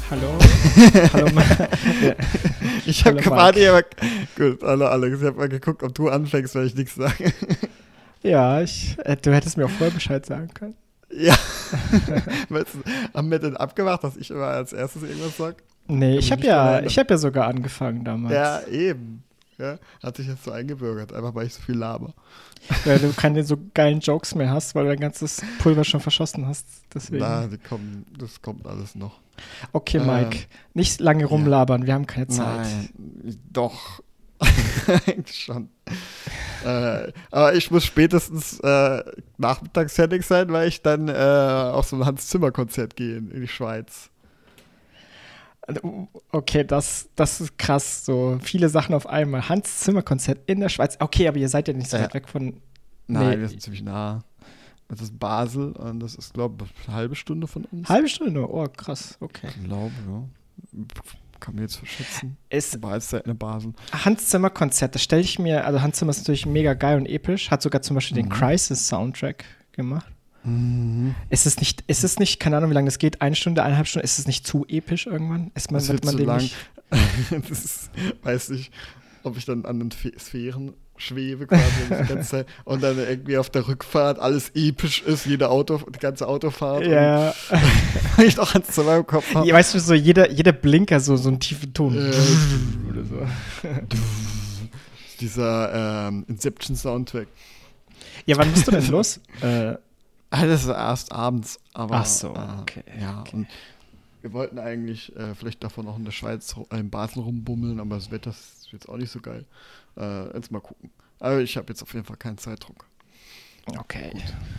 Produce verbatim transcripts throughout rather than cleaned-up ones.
Hallo? Hallo, Ma- ja. Ich habe Hallo, gerade aber. Gut, hallo Alex. Ich habe mal geguckt, ob du anfängst, weil ich nichts sage. Ja, ich, äh, du hättest mir auch vorher Bescheid sagen können. Ja. Weißt du, haben wir denn abgemacht, dass ich immer als erstes irgendwas sage? Nee, ich mich habe nicht dran ja, erinnern. ich hab ja sogar angefangen damals. Ja, eben. Ja, hat sich jetzt so eingebürgert, einfach weil ich so viel laber. Weil du keine so geilen Jokes mehr hast, weil du dein ganzes Pulver schon verschossen hast. Deswegen. Na, die kommen, das kommt alles noch. Okay, Ähm, Mike, nicht lange rumlabern, wir haben keine Zeit. Nein, doch. Eigentlich schon. äh, aber ich muss spätestens äh, nachmittags fertig sein, weil ich dann äh, auf so ein Hans-Zimmer-Konzert gehe in, in die Schweiz. Okay, das, das ist krass. So viele Sachen auf einmal. Hans Zimmer Konzert in der Schweiz. Okay, aber ihr seid ja nicht so Ja. weit weg von. Nein, Nee. wir sind ziemlich nah. Das ist Basel und das ist, glaube ich, eine halbe Stunde von uns. Halbe Stunde nur. Oh, krass. Okay. Ich glaube, ja. Kann mir jetzt verschätzen. Ist War jetzt in Basel. Hans Zimmer Konzert, das stelle ich mir, also Hans Zimmer ist natürlich mega geil und episch, hat sogar zum Beispiel den Mhm. Crisis-Soundtrack gemacht. Mhm. Ist es nicht, ist es nicht, keine Ahnung, wie lange das geht, eine Stunde, eineinhalb Stunden, ist es nicht zu episch irgendwann? Ist man, Das wird wird man zu dem lang. nicht, Das ist, weiß nicht, ob ich dann an den Fe- Sphären schwebe quasi die ganze Zeit und dann irgendwie auf der Rückfahrt alles episch ist, jede Auto, die ganze Autofahrt. ja, Und ich noch Hans Zimmer im Kopf habe. ja, weißt du, so jeder, jeder Blinker so, so einen tiefen Ton. Äh, Oder so. Dieser ähm, Inception-Soundtrack. Ja, wann bist du denn los? äh, Ah, das ist erst abends, aber. Ach so, äh, okay, Ja, okay. und wir wollten eigentlich äh, vielleicht davon noch in der Schweiz, ru- äh, in Basel rumbummeln, aber das Wetter ist jetzt auch nicht so geil. Äh, jetzt mal gucken. Aber ich habe jetzt auf jeden Fall keinen Zeitdruck. okay.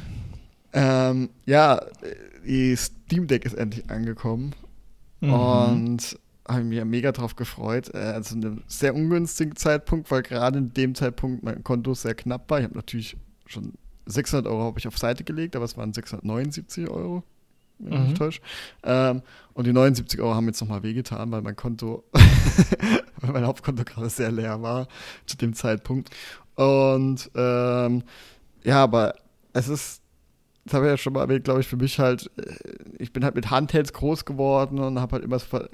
Ähm, ja, äh, die Steam Deck ist endlich angekommen Mhm. und habe mich ja mega drauf gefreut. Äh, also einem sehr ungünstigen Zeitpunkt, weil gerade in dem Zeitpunkt mein Konto sehr knapp war. Ich habe natürlich schon sechshundert Euro habe ich auf Seite gelegt, aber es waren sechshundertneunundsiebzig Euro, wenn ich mich Mhm. nicht täusche. Ähm, und die neunundsiebzig Euro haben jetzt nochmal wehgetan, weil mein Konto, weil mein Hauptkonto gerade sehr leer war zu dem Zeitpunkt. Und ähm, ja, aber es ist, das habe ich ja schon mal erwähnt, glaube ich, für mich halt, äh, ich bin halt mit Handhelds groß geworden und habe halt immer so ver-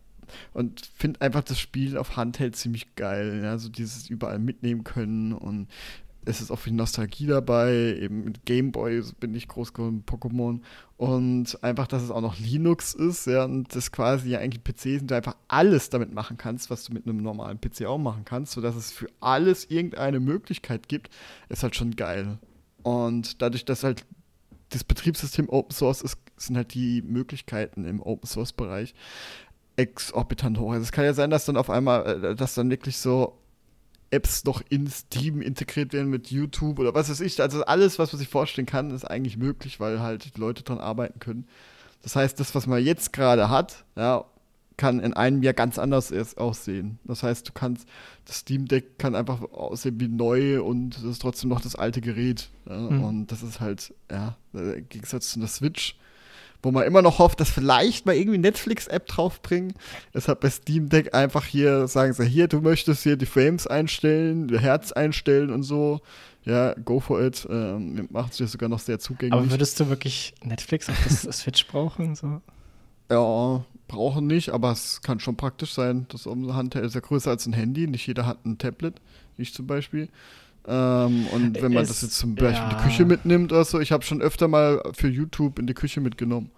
und finde einfach das Spiel auf Handheld ziemlich geil. Ja? So dieses überall mitnehmen können und es ist auch viel Nostalgie dabei. Eben mit Gameboy bin ich groß geworden, Pokémon. Und einfach, dass es auch noch Linux ist, ja, und das quasi ja eigentlich P C ist und du einfach alles damit machen kannst, was du mit einem normalen P C auch machen kannst, sodass es für alles irgendeine Möglichkeit gibt, ist halt schon geil. Und dadurch, dass halt das Betriebssystem Open Source ist, sind halt die Möglichkeiten im Open Source Bereich exorbitant hoch. Also es kann ja sein, dass dann auf einmal, äh, dass dann wirklich so Apps noch in Steam integriert werden mit YouTube oder was weiß ich. Also alles, was man sich vorstellen kann, ist eigentlich möglich, weil halt die Leute dran arbeiten können. Das heißt, das, was man jetzt gerade hat, ja, kann in einem Jahr ganz anders erst aussehen. Das heißt, du kannst, das Steam Deck kann einfach aussehen wie neu und es ist trotzdem noch das alte Gerät. Ja, Mhm. und das ist halt, ja, im Gegensatz zu der Switch, wo man immer noch hofft, dass vielleicht mal irgendwie Netflix-App draufbringen. Deshalb bei Steam Deck einfach hier sagen sie, hier, du möchtest hier die Frames einstellen, die Herz einstellen und so. Ja, go for it. Ähm, macht es dir sogar noch sehr zugänglich. Aber würdest du wirklich Netflix auf das Switch brauchen? So? Ja, brauchen nicht, aber es kann schon praktisch sein. Das Handheld ist ja größer als ein Handy. Nicht jeder hat ein Tablet, ich zum Beispiel. Ähm, und wenn man Es- das jetzt zum Beispiel in ja. die Küche mitnimmt oder so, ich habe schon öfter mal für YouTube in die Küche mitgenommen.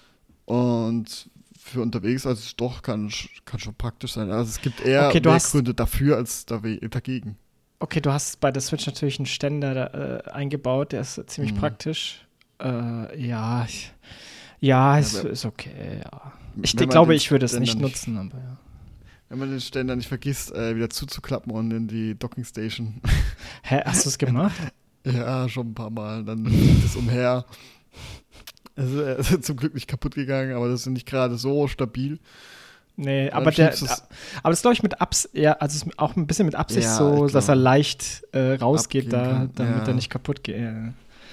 Und für unterwegs, also es doch, kann, kann schon praktisch sein. Also es gibt eher Okay, du mehr hast- Gründe dafür als dawe- dagegen. Okay, du hast bei der Switch natürlich einen Ständer äh, eingebaut, der ist ziemlich Mhm. praktisch. Äh, ja, ich, ja, ist, aber- ist okay, ja. Ich Wenn man glaube, den ich würde es Ständer nicht nutzen, aber ja. Wenn man den Ständer nicht vergisst, äh, wieder zuzuklappen und in die Dockingstation. Hä, hast du es gemacht? Ja, schon ein paar Mal. Dann fliegt es umher. Es ist, es ist zum Glück nicht kaputt gegangen, aber das ist nicht gerade so stabil. Nee, Dann aber der, schiebst du's- aber das glaube ich mit Abs, ja, also es ist auch ein bisschen mit Absicht Ja, so, ich dass er glaube. leicht äh, rausgeht, Abgehen da, kann, damit ja. er nicht kaputt geht. Ja,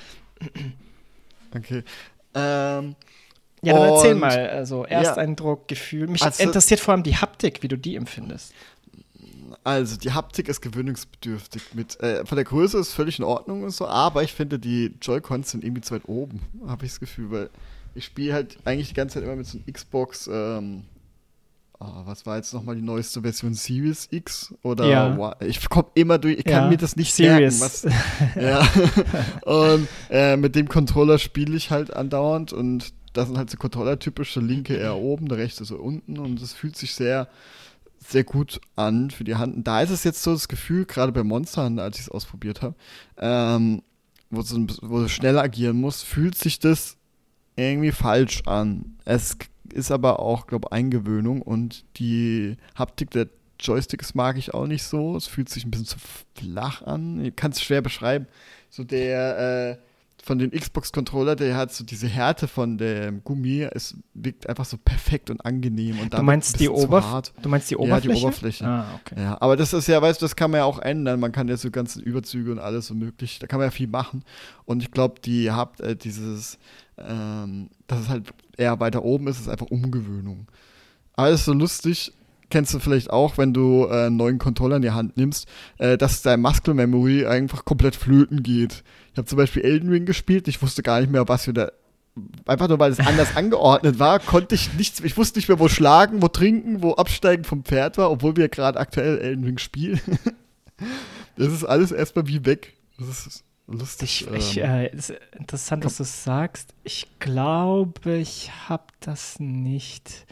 Okay. Ähm, ja dann erzähl Und- mal, also Ersteindruck, Gefühl. Mich Also- interessiert vor allem die Haptik, wie du die empfindest. Also, die Haptik ist gewöhnungsbedürftig. Mit, äh, von der Größe ist völlig in Ordnung und so, aber ich finde, die Joy-Cons sind irgendwie zu weit oben, habe ich das Gefühl, weil ich spiele halt eigentlich die ganze Zeit immer mit so einem Xbox, ähm, oh, was war jetzt nochmal die neueste Version? Series X? Oder Ja. wow, ich komme immer durch, ich kann Ja, mir das nicht Series. merken. Was, ja. Und äh, mit dem Controller spiele ich halt andauernd und das sind halt so Controller-typische, linke eher oben, der rechte so unten und es fühlt sich sehr sehr gut an für die Hand. Und da ist es jetzt so das Gefühl, gerade bei Monster Hunter, als ich es ausprobiert habe, ähm, wo, so, wo du schneller agieren musst, fühlt sich das irgendwie falsch an. Es ist aber auch, glaube ich, Eingewöhnung und die Haptik der Joysticks mag ich auch nicht so. Es fühlt sich ein bisschen zu flach an. Ich kann es schwer beschreiben. So der, äh, von dem Xbox-Controller, der hat so diese Härte von dem Gummi, es wirkt einfach so perfekt und angenehm. Und Du meinst, die Oberf- du meinst die Oberfläche? Ja, die Oberfläche. Ah, okay. Ja, aber das ist ja, weißt du, das kann man ja auch ändern. Man kann ja so ganze Überzüge und alles so möglich, da kann man ja viel machen. Und ich glaube, die habt äh, dieses, ähm, dass es halt eher weiter oben ist, ist einfach Umgewöhnung. Aber das ist so lustig, kennst du vielleicht auch, wenn du äh, einen neuen Controller in die Hand nimmst, äh, dass dein Muscle Memory einfach komplett flöten geht. Ich habe zum Beispiel Elden Ring gespielt, ich wusste gar nicht mehr, was wir da. Einfach nur, weil es anders angeordnet war, konnte ich nichts, ich wusste nicht mehr, wo schlagen, wo trinken, wo absteigen vom Pferd war, obwohl wir gerade aktuell Elden Ring spielen. Das ist alles erstmal wie weg. Das ist lustig. Ich, ich, äh, ist interessant, dass du es sagst. Ich glaube, ich habe das nicht.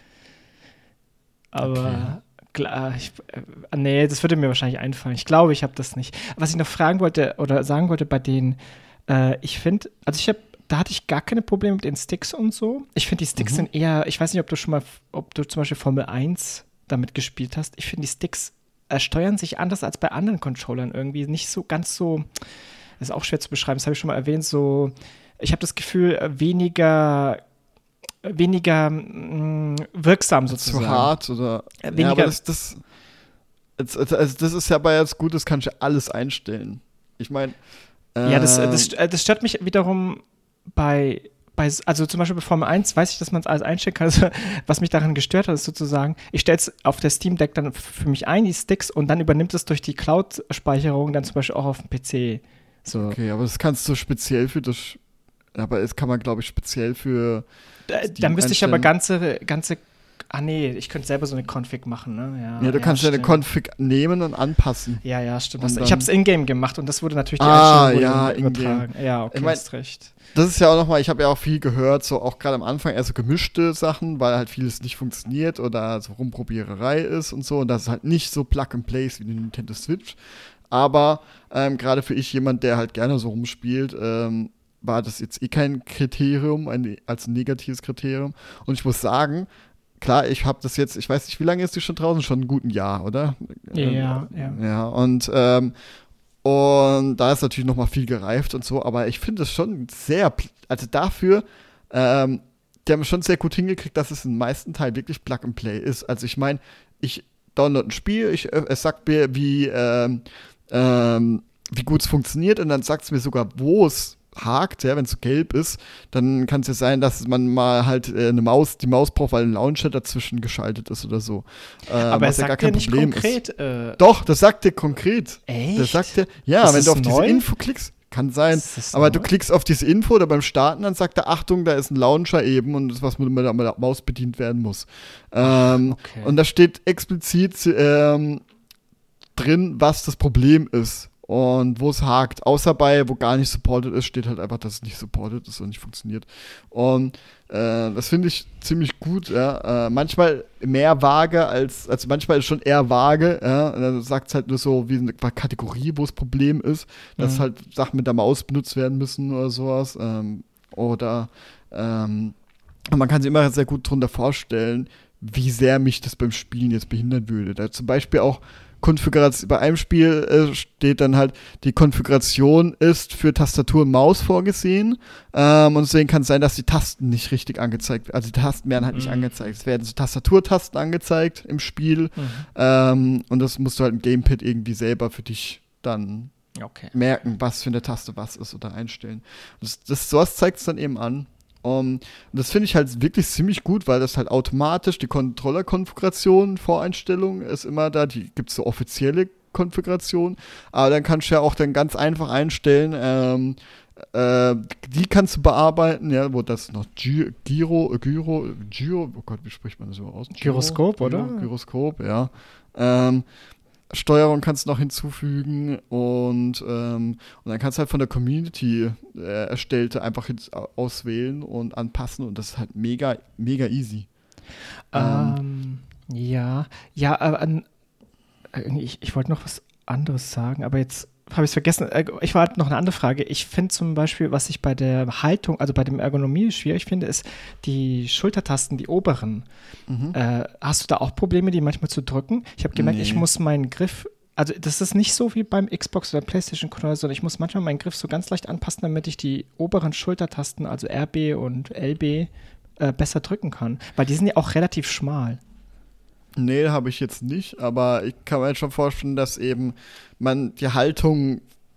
Aber okay. Klar, ich, äh, nee, das würde mir wahrscheinlich einfallen. Ich glaube, ich habe das nicht. Was ich noch fragen wollte oder sagen wollte bei denen, äh, ich finde, also ich habe, da hatte ich gar keine Probleme mit den Sticks und so. Ich finde, die Sticks mhm. sind eher, ich weiß nicht, ob du schon mal, ob du zum Beispiel Formel eins damit gespielt hast. Ich finde, die Sticks äh, steuern sich anders als bei anderen Controllern irgendwie. Nicht so ganz so, das ist auch schwer zu beschreiben, das habe ich schon mal erwähnt, so, ich habe das Gefühl, weniger weniger mh, wirksam sozusagen. Zu hart oder äh, weniger. Ja, aber das, das, also das ist ja bei jetzt gut, das kann ich ja alles einstellen. Ich meine äh, Ja, das, das, das stört mich wiederum bei, bei, also zum Beispiel bei Formel eins weiß ich, dass man es alles einstellen kann. Also, was mich daran gestört hat, ist sozusagen, ich stelle es auf der Steam Deck dann für mich ein, die Sticks, und dann übernimmt es durch die Cloud-Speicherung dann zum Beispiel auch auf dem P C. So. Okay, aber das kannst du speziell für das, aber das kann man, glaube ich, speziell für Da, da müsste ich aber ganze, ganze, ah nee, ich könnte selber so eine Config machen, ne? Ja, ja du ja, kannst ja eine Config nehmen und anpassen. Ja, ja, stimmt. Und Das, ich habe es in-game gemacht und das wurde natürlich die ah, Einstellung ja, übertragen. Ja, okay, ich mein, hast recht. Das ist ja auch nochmal, ich habe ja auch viel gehört, so auch gerade am Anfang eher so gemischte Sachen, weil halt vieles nicht funktioniert oder so Rumprobiererei ist und so, und das ist halt nicht so Plug and Play wie die Nintendo Switch. Aber ähm, gerade für ich, jemand, der halt gerne so rumspielt, ähm, war das jetzt eh kein Kriterium, ein, als ein negatives Kriterium. Und ich muss sagen, klar, ich habe das jetzt, ich weiß nicht, wie lange ist die schon draußen? Schon ein guten Jahr, oder? Ja, ja. Ja, und, ähm, und da ist natürlich noch mal viel gereift und so, aber ich finde es schon sehr, also dafür, ähm, die haben schon sehr gut hingekriegt, dass es in den meisten Teilen wirklich Plug and Play ist. Also ich meine, ich download ein Spiel, ich, es sagt mir, wie, ähm, ähm, wie gut es funktioniert, und dann sagt es mir sogar, wo es hakt, ja, wenn es so gelb ist, dann kann es ja sein, dass man mal halt äh, eine Maus, die Maus braucht, weil ein Launcher dazwischen geschaltet ist oder so. Äh, Aber es ja sagt dir nicht konkret. Äh, Doch, das sagt dir konkret. Echt? Das sagt dir, ja, ist wenn du auf neu? diese Info klickst, kann sein, aber neu? Du klickst auf diese Info oder beim Starten, dann sagt er, Achtung, da ist ein Launcher eben und das, was mit der Maus bedient werden muss. Ähm, okay. Und da steht explizit ähm, drin, was das Problem ist und wo es hakt. Außer bei, wo gar nicht supported ist, steht halt einfach, dass es nicht supported ist und nicht funktioniert. Und äh, das finde ich ziemlich gut. Ja. Äh, manchmal mehr vage als, also manchmal ist es schon eher vage. Ja. Und dann sagt es halt nur so wie eine Kategorie, wo das Problem ist, dass mhm. halt Sachen mit der Maus benutzt werden müssen oder sowas. Ähm, oder ähm, man kann sich immer sehr gut darunter vorstellen, wie sehr mich das beim Spielen jetzt behindern würde. Da zum Beispiel auch Konfiguration, bei einem Spiel äh, steht dann halt, die Konfiguration ist für Tastatur und Maus vorgesehen, ähm, und deswegen kann es sein, dass die Tasten nicht richtig angezeigt werden. Also die Tasten werden halt mhm. nicht angezeigt. Es werden so Tastaturtasten angezeigt im Spiel, mhm. ähm, und das musst du halt im Gamepad irgendwie selber für dich dann okay. merken, was für eine Taste was ist oder einstellen. Das, das, sowas zeigt es dann eben an. Um, und das finde ich halt wirklich ziemlich gut, weil das halt automatisch die Controller-Konfiguration, Voreinstellung ist immer da, die gibt es so offizielle Konfiguration, aber dann kannst du ja auch dann ganz einfach einstellen, ähm, äh, die kannst du bearbeiten, ja, wo das noch Gy- Gyro, Gyro, Gyro, oh Gott, wie spricht man das so aus? Gyro, Gyroskop, Gyro, oder? Gyroskop, ja. Ähm, Steuerung kannst du noch hinzufügen und, ähm, und dann kannst du halt von der Community äh, erstellte einfach hin- auswählen und anpassen und das ist halt mega, mega easy. Ähm, ähm, ja, ja, aber an, ich, ich wollte noch was anderes sagen, aber jetzt habe ich es vergessen. Ich war halt noch eine andere Frage. Ich finde zum Beispiel, was ich bei der Haltung, also bei dem Ergonomie schwierig finde, ist die Schultertasten, die oberen. Mhm. Äh, hast du da auch Probleme, die manchmal zu drücken? Ich habe gemerkt, nee. ich muss meinen Griff, also das ist nicht so wie beim Xbox oder PlayStation-Controller, sondern ich muss manchmal meinen Griff so ganz leicht anpassen, damit ich die oberen Schultertasten, also R B und L B, äh, besser drücken kann. Weil die sind ja auch relativ schmal. Nee, habe ich jetzt nicht, aber ich kann mir jetzt schon vorstellen, dass eben man die Haltung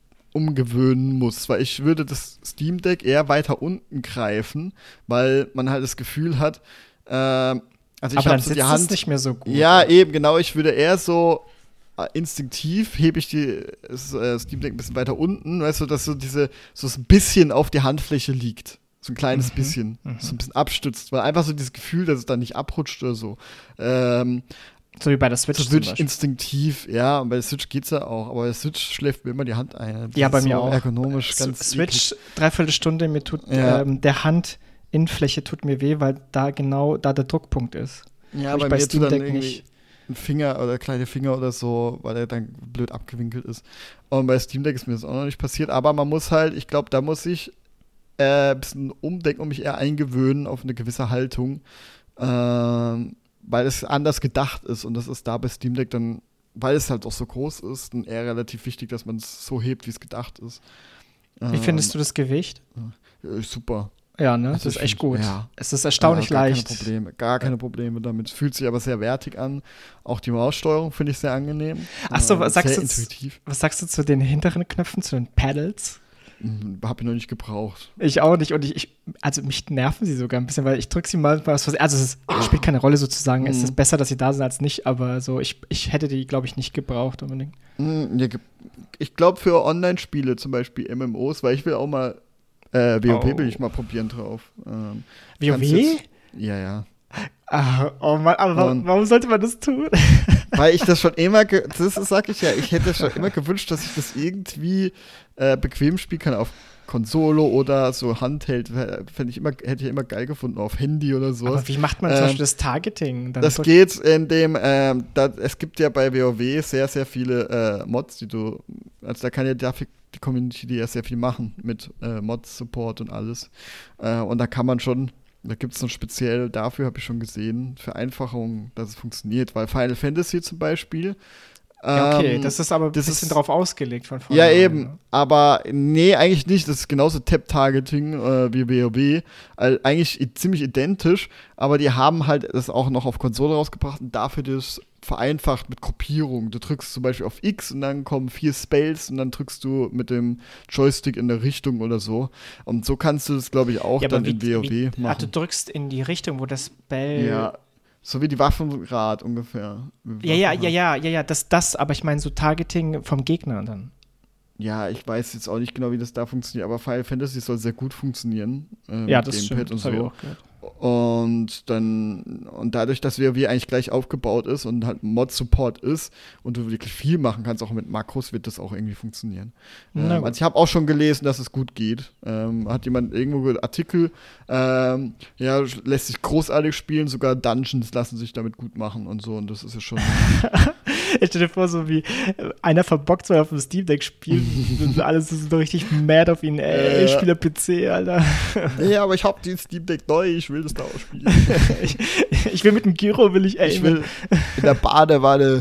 umgewöhnen muss, weil ich würde das Steam Deck eher weiter unten greifen, weil man halt das Gefühl hat, äh, also ich aber habe so die Hand es nicht mehr so gut. Ja, oder? Eben, genau, ich würde eher so äh, instinktiv hebe ich die das, äh, Steam Deck ein bisschen weiter unten, weißt du, dass so diese so ein bisschen auf die Handfläche liegt. So ein kleines mhm, bisschen, mhm. so ein bisschen abstützt, weil einfach so dieses Gefühl, dass es dann nicht abrutscht oder so. Ähm, so wie bei der Switch. So wirklich instinktiv, ja, und bei der Switch geht's ja auch, aber bei der Switch schläft mir immer die Hand ein. Das ja, bei mir so auch. Ergonomisch S- ganz Switch, eklig. dreiviertel Stunde, mir tut ja. ähm, der Handinnenfläche tut mir weh, weil da genau da der Druckpunkt ist. Ja, bei, bei mir Steam tut dann irgendwie nicht. Ein Finger oder kleine Finger oder so, weil der dann blöd abgewinkelt ist. Und bei Steam Deck ist mir das auch noch nicht passiert, aber man muss halt, ich glaube, da muss ich Äh, ein bisschen umdenken und mich eher eingewöhnen auf eine gewisse Haltung, ähm, weil es anders gedacht ist und das ist da bei Steam Deck dann, weil es halt auch so groß ist, dann eher relativ wichtig, dass man es so hebt, wie es gedacht ist. Ähm, wie findest du das Gewicht? Äh, super. Ja, ne? Also das ist echt gut. Ja. Es ist erstaunlich ja, gar leicht. Keine Probleme, gar keine Probleme damit. Es fühlt sich aber sehr wertig an. Auch die Maussteuerung finde ich sehr angenehm. Achso, was, äh, sagst sehr du intuitiv. Z- was sagst du zu den hinteren Knöpfen, zu den Paddles? Hab ich noch nicht gebraucht. Ich auch nicht. Und ich, ich also mich nerven sie sogar ein bisschen, weil ich drücke sie mal, also es ist, spielt keine Rolle sozusagen. Mhm. Es ist besser, dass sie da sind als nicht, aber so, ich, ich hätte die, glaube ich, nicht gebraucht unbedingt. Ich glaube für Online-Spiele, zum Beispiel M M Os, weil ich will auch mal äh, WoW oh. will ich mal probieren drauf. Ähm, WoW? Jetzt, ja, ja. Ah, oh Mann, aber warum, warum sollte man das tun? Weil ich das schon immer, ge- das ist, sag ich ja, ich hätte schon immer gewünscht, dass ich das irgendwie äh, bequem spielen kann auf Konsole oder so Handheld. Fände ich immer, hätte ich immer geil gefunden, auf Handy oder so. Aber wie macht man zum ähm, Beispiel das Targeting? Dann das geht in dem, ähm, da, es gibt ja bei WoW sehr, sehr viele äh, Mods, die du, also da kann ja dafür die Community die ja sehr viel machen mit äh, Mods-Support und alles. Äh, und da kann man schon, da gibt es noch speziell, dafür habe ich schon gesehen, Vereinfachungen, dass es funktioniert. Weil Final Fantasy zum Beispiel Ja, okay, ähm, das ist aber ein bisschen ist, drauf ausgelegt von vorne. Ja, eben. Ne? Aber nee, eigentlich nicht. Das ist genauso Tap-Targeting äh, wie WoW. Also eigentlich i- ziemlich identisch. Aber die haben halt das auch noch auf Konsole rausgebracht und dafür das vereinfacht mit Gruppierung. Du drückst zum Beispiel auf X und dann kommen vier Spells und dann drückst du mit dem Joystick in der Richtung oder so. Und so kannst du das, glaube ich, auch ja, dann wie, in WoW wie, machen. Ach, du drückst in die Richtung, wo das Spell. Ja. So wie die Waffenrad ungefähr. Ja, ja, ja, ja, ja, ja, das, das, aber ich meine so Targeting vom Gegner dann. Ja, ich weiß jetzt auch nicht genau, wie das da funktioniert, aber Final Fantasy soll sehr gut funktionieren. Äh, ja, das stimmt, und das so. habe ich auch gehört. Und dann, und dadurch, dass WoW eigentlich gleich aufgebaut ist und halt Mod-Support ist und du wirklich viel machen kannst, auch mit Makros, wird das auch irgendwie funktionieren. Ähm, also ich habe auch schon gelesen, dass es gut geht. Ähm, hat jemand irgendwo gehört, Artikel, ähm, ja, lässt sich großartig spielen, sogar Dungeons lassen sich damit gut machen und so, und das ist ja schon. Ich stell dir vor, so wie einer verbockt soll auf dem Steam Deck spielen und alles ist so richtig mad auf ihn, ey, ich spiele P C, Alter. Nee, aber ich hab den Steam Deck neu, ich will das da auch spielen. ich, ich will mit dem Gyro, will ich, ey. Ich will in der Badewanne,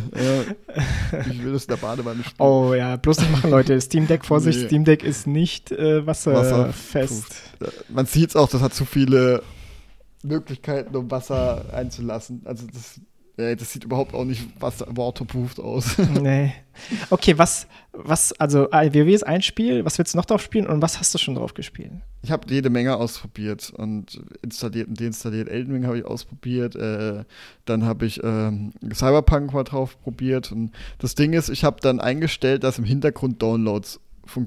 ja, ich will das in der Badewanne spielen. Oh ja, bloß nicht machen, Leute. Steam Deck, Vorsicht, nee. Steam Deck ist nicht äh, wasserfest. Wasser, man sieht es auch, das hat zu viele Möglichkeiten, um Wasser einzulassen. Also das äh, das sieht überhaupt auch nicht was waterproofed aus. Nee. Okay, was, was, also W W ist ein Spiel, was willst du noch drauf spielen und was hast du schon drauf gespielt? Ich habe jede Menge ausprobiert und installiert und deinstalliert. Elden Ring habe ich ausprobiert. Äh, dann habe ich ähm, Cyberpunk mal drauf probiert. Und das Ding ist, ich habe dann eingestellt, dass im Hintergrund Downloads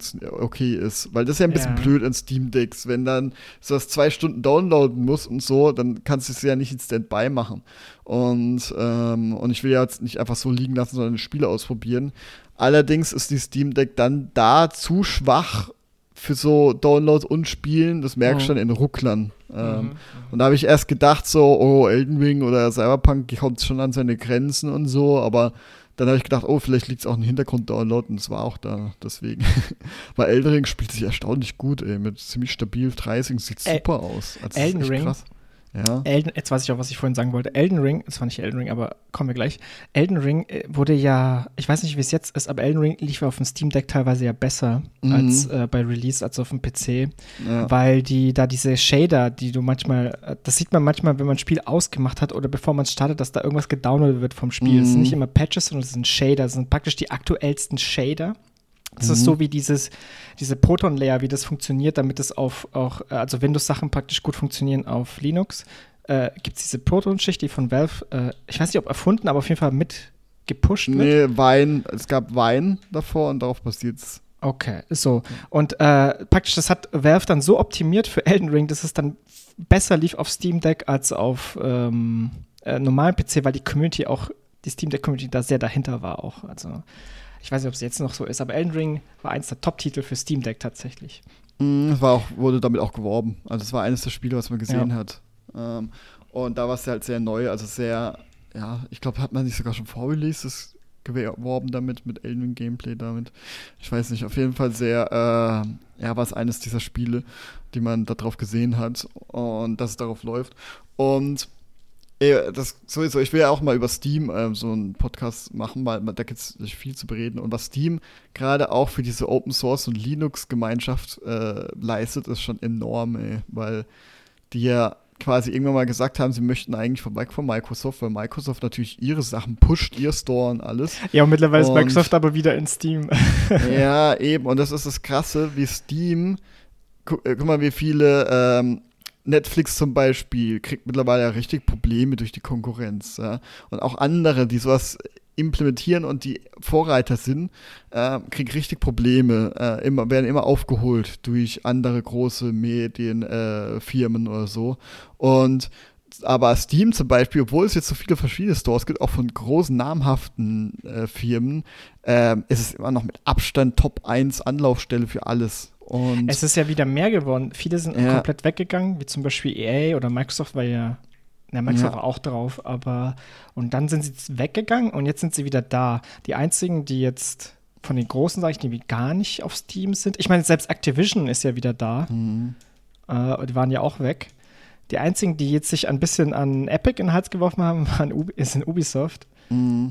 okay ist. Weil das ist ja ein bisschen Ja. blöd in Steam Decks. Wenn dann so das zwei Stunden downloaden muss und so, dann kannst du es ja nicht in Standby machen. Und, ähm, und ich will ja jetzt nicht einfach so liegen lassen, sondern Spiele ausprobieren. Allerdings ist die Steam Deck dann da zu schwach für so Downloads und Spielen, das merkst du Mhm. dann in Rucklern. Ähm, Mhm. Und da habe ich erst gedacht, so, oh, Elden Ring oder Cyberpunk kommt schon an seine Grenzen und so, aber dann habe ich gedacht, oh, vielleicht liegt es auch im Hintergrund-Download und es war auch da, deswegen. Weil Elden Ring spielt sich erstaunlich gut, ey, mit ziemlich stabil dreißig, sieht El- super aus. Also, das ist Elden echt Ring? krass. Ja. Elden, jetzt weiß ich auch, was ich vorhin sagen wollte. Elden Ring, es war nicht Elden Ring, aber kommen wir gleich. Elden Ring äh, wurde ja, ich weiß nicht, wie es jetzt ist, aber Elden Ring lief auf dem Steam Deck teilweise ja besser Mhm. als äh, bei Release, als auf dem P C, Ja. weil die da diese Shader, die du manchmal, äh, das sieht man manchmal, wenn man ein Spiel ausgemacht hat oder bevor man es startet, dass da irgendwas gedownloadet wird vom Spiel. Es sind Mhm. nicht immer Patches, sondern es sind Shader, das sind praktisch die aktuellsten Shader. Das ist Mhm. so wie dieses, diese Proton-Layer, wie das funktioniert, damit es auf auch, äh, also Windows-Sachen praktisch gut funktionieren auf Linux. Äh, gibt es diese Proton-Schicht, die von Valve, äh, ich weiß nicht, ob erfunden, aber auf jeden Fall mit gepusht wird. Nee, Wein, es gab Wein davor und darauf basiert's. Okay, so. Und äh, praktisch, das hat Valve dann so optimiert für Elden Ring, dass es dann besser lief auf Steam Deck als auf ähm, äh, normalen P C, weil die Community auch, die Steam Deck Community da sehr dahinter war auch. Also, ich weiß nicht, ob es jetzt noch so ist, aber Elden Ring war eins der Top-Titel für Steam Deck tatsächlich. Mhm, es war auch, wurde damit auch geworben. Also es war eines der Spiele, was man gesehen Ja. hat. Ähm, und da war es halt sehr neu, also sehr, ja, ich glaube, hat man nicht sogar schon vor-Releases geworben damit, mit Elden Ring Gameplay damit. Ich weiß nicht, auf jeden Fall sehr, äh, ja, war es eines dieser Spiele, die man da drauf gesehen hat und dass es darauf läuft. Und äh, das sowieso, ich will ja auch mal über Steam äh, so einen Podcast machen, weil da gibt es viel zu bereden. Und was Steam gerade auch für diese Open Source und Linux-Gemeinschaft äh, leistet, ist schon enorm, ey, weil die ja quasi irgendwann mal gesagt haben, sie möchten eigentlich von, von Microsoft, weil Microsoft natürlich ihre Sachen pusht, ihr Store und alles. Ja, und mittlerweile ist Und- Microsoft aber wieder in Steam. Ja, eben. Und das ist das Krasse, wie Steam, guck, äh, guck mal, wie viele ähm, Netflix zum Beispiel kriegt mittlerweile ja richtig Probleme durch die Konkurrenz. Ja? Und auch andere, die sowas implementieren und die Vorreiter sind, äh, kriegen richtig Probleme, äh, immer, werden immer aufgeholt durch andere große Medienfirmen äh, Firmen oder so. Und aber Steam zum Beispiel, obwohl es jetzt so viele verschiedene Stores gibt, auch von großen, namhaften äh, Firmen, äh, ist es immer noch mit Abstand Top eins Anlaufstelle für alles. Und Es ist ja wieder mehr geworden. Viele sind Ja. komplett weggegangen, wie zum Beispiel E A oder Microsoft war ja, ja, Microsoft Ja. war auch drauf, aber und dann sind sie weggegangen und jetzt sind sie wieder da. Die einzigen, die jetzt von den Großen, sage ich, die gar nicht auf Steam sind. Ich meine, selbst Activision ist ja wieder da. Mhm. Äh, die waren ja auch weg. Die einzigen, die jetzt sich ein bisschen an Epic in den Hals geworfen haben, waren Ubi- sind Ubisoft. Mhm.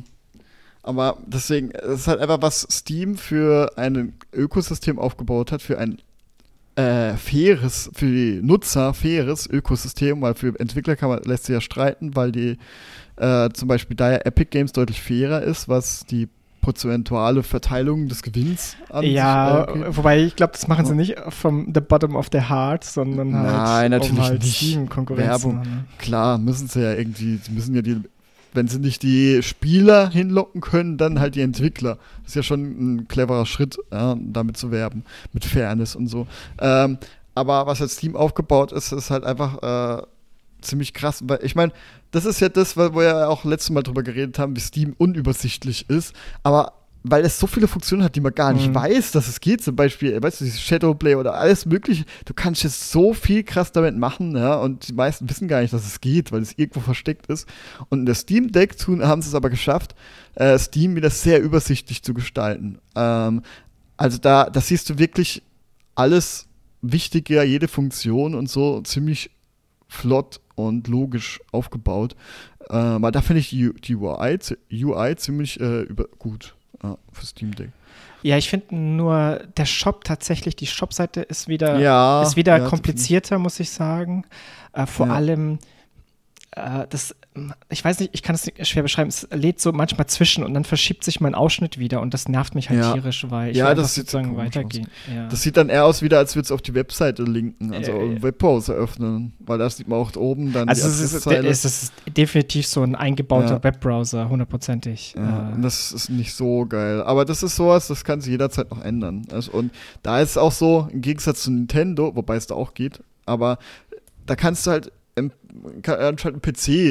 Aber deswegen, es ist halt einfach, was Steam für ein Ökosystem aufgebaut hat, für ein äh, faires, für die Nutzer faires Ökosystem, weil für Entwickler kann man, lässt sich ja streiten, weil die äh, zum Beispiel da ja Epic Games deutlich fairer ist, was die prozentuale Verteilung des Gewinns an Ja, sich, äh, geht. wobei ich glaube, das machen sie Ja. nicht vom the bottom of the heart, sondern halt Nein, natürlich um halt nicht. Steam-Konkurrenz zu Werbung. machen. Klar, müssen sie ja irgendwie, sie müssen ja die, wenn sie nicht die Spieler hinlocken können, dann halt die Entwickler. Das ist ja schon ein cleverer Schritt, ja, damit zu werben, mit Fairness und so. Ähm, aber was jetzt Steam aufgebaut ist, ist halt einfach äh, ziemlich krass. Weil ich meine, das ist ja das, wo wir ja auch letztes Mal drüber geredet haben, wie Steam unübersichtlich ist. Aber weil es so viele Funktionen hat, die man gar nicht Mhm. weiß, dass es geht. Zum Beispiel, weißt du, dieses Shadowplay oder alles mögliche. Du kannst jetzt so viel krass damit machen, ja, und die meisten wissen gar nicht, dass es geht, weil es irgendwo versteckt ist. Und in der Steam Deck tun, haben sie es aber geschafft, äh, Steam wieder sehr übersichtlich zu gestalten. Ähm, also da, da siehst du wirklich alles Wichtige, jede Funktion und so ziemlich flott und logisch aufgebaut. Äh, weil da finde ich die, die U I, zi- U I ziemlich äh, über, gut. Ja, für Steam Deck. Ja, ich finde nur, der Shop tatsächlich, die Shopseite ist wieder, Ja, ist wieder ja, komplizierter, muss ich sagen. Äh, vor Ja. allem, äh, das, ich weiß nicht, ich kann es nicht schwer beschreiben, es lädt so manchmal zwischen und dann verschiebt sich mein Ausschnitt wieder und das nervt mich halt Ja. tierisch, weil ich Ja, will das einfach sieht sozusagen komisch weitergehen. Ja. Das sieht dann eher aus, wieder, als würde es auf die Webseite linken, also Äh, einen Webbrowser öffnen, weil da sieht man auch oben dann Also die es ist, Adresszeile. es ist definitiv so ein eingebauter Ja. Webbrowser, hundertprozentig. Ja, Äh, und das ist nicht so geil. Aber das ist sowas, das kann sich jederzeit noch ändern. Also, und da ist es auch so, im Gegensatz zu Nintendo, wobei es da auch geht, aber da kannst du halt im, kannst halt im P C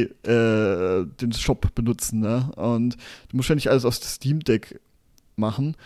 äh, den Shop benutzen, ne? Und du musst ja nicht alles aus dem Steam Deck machen.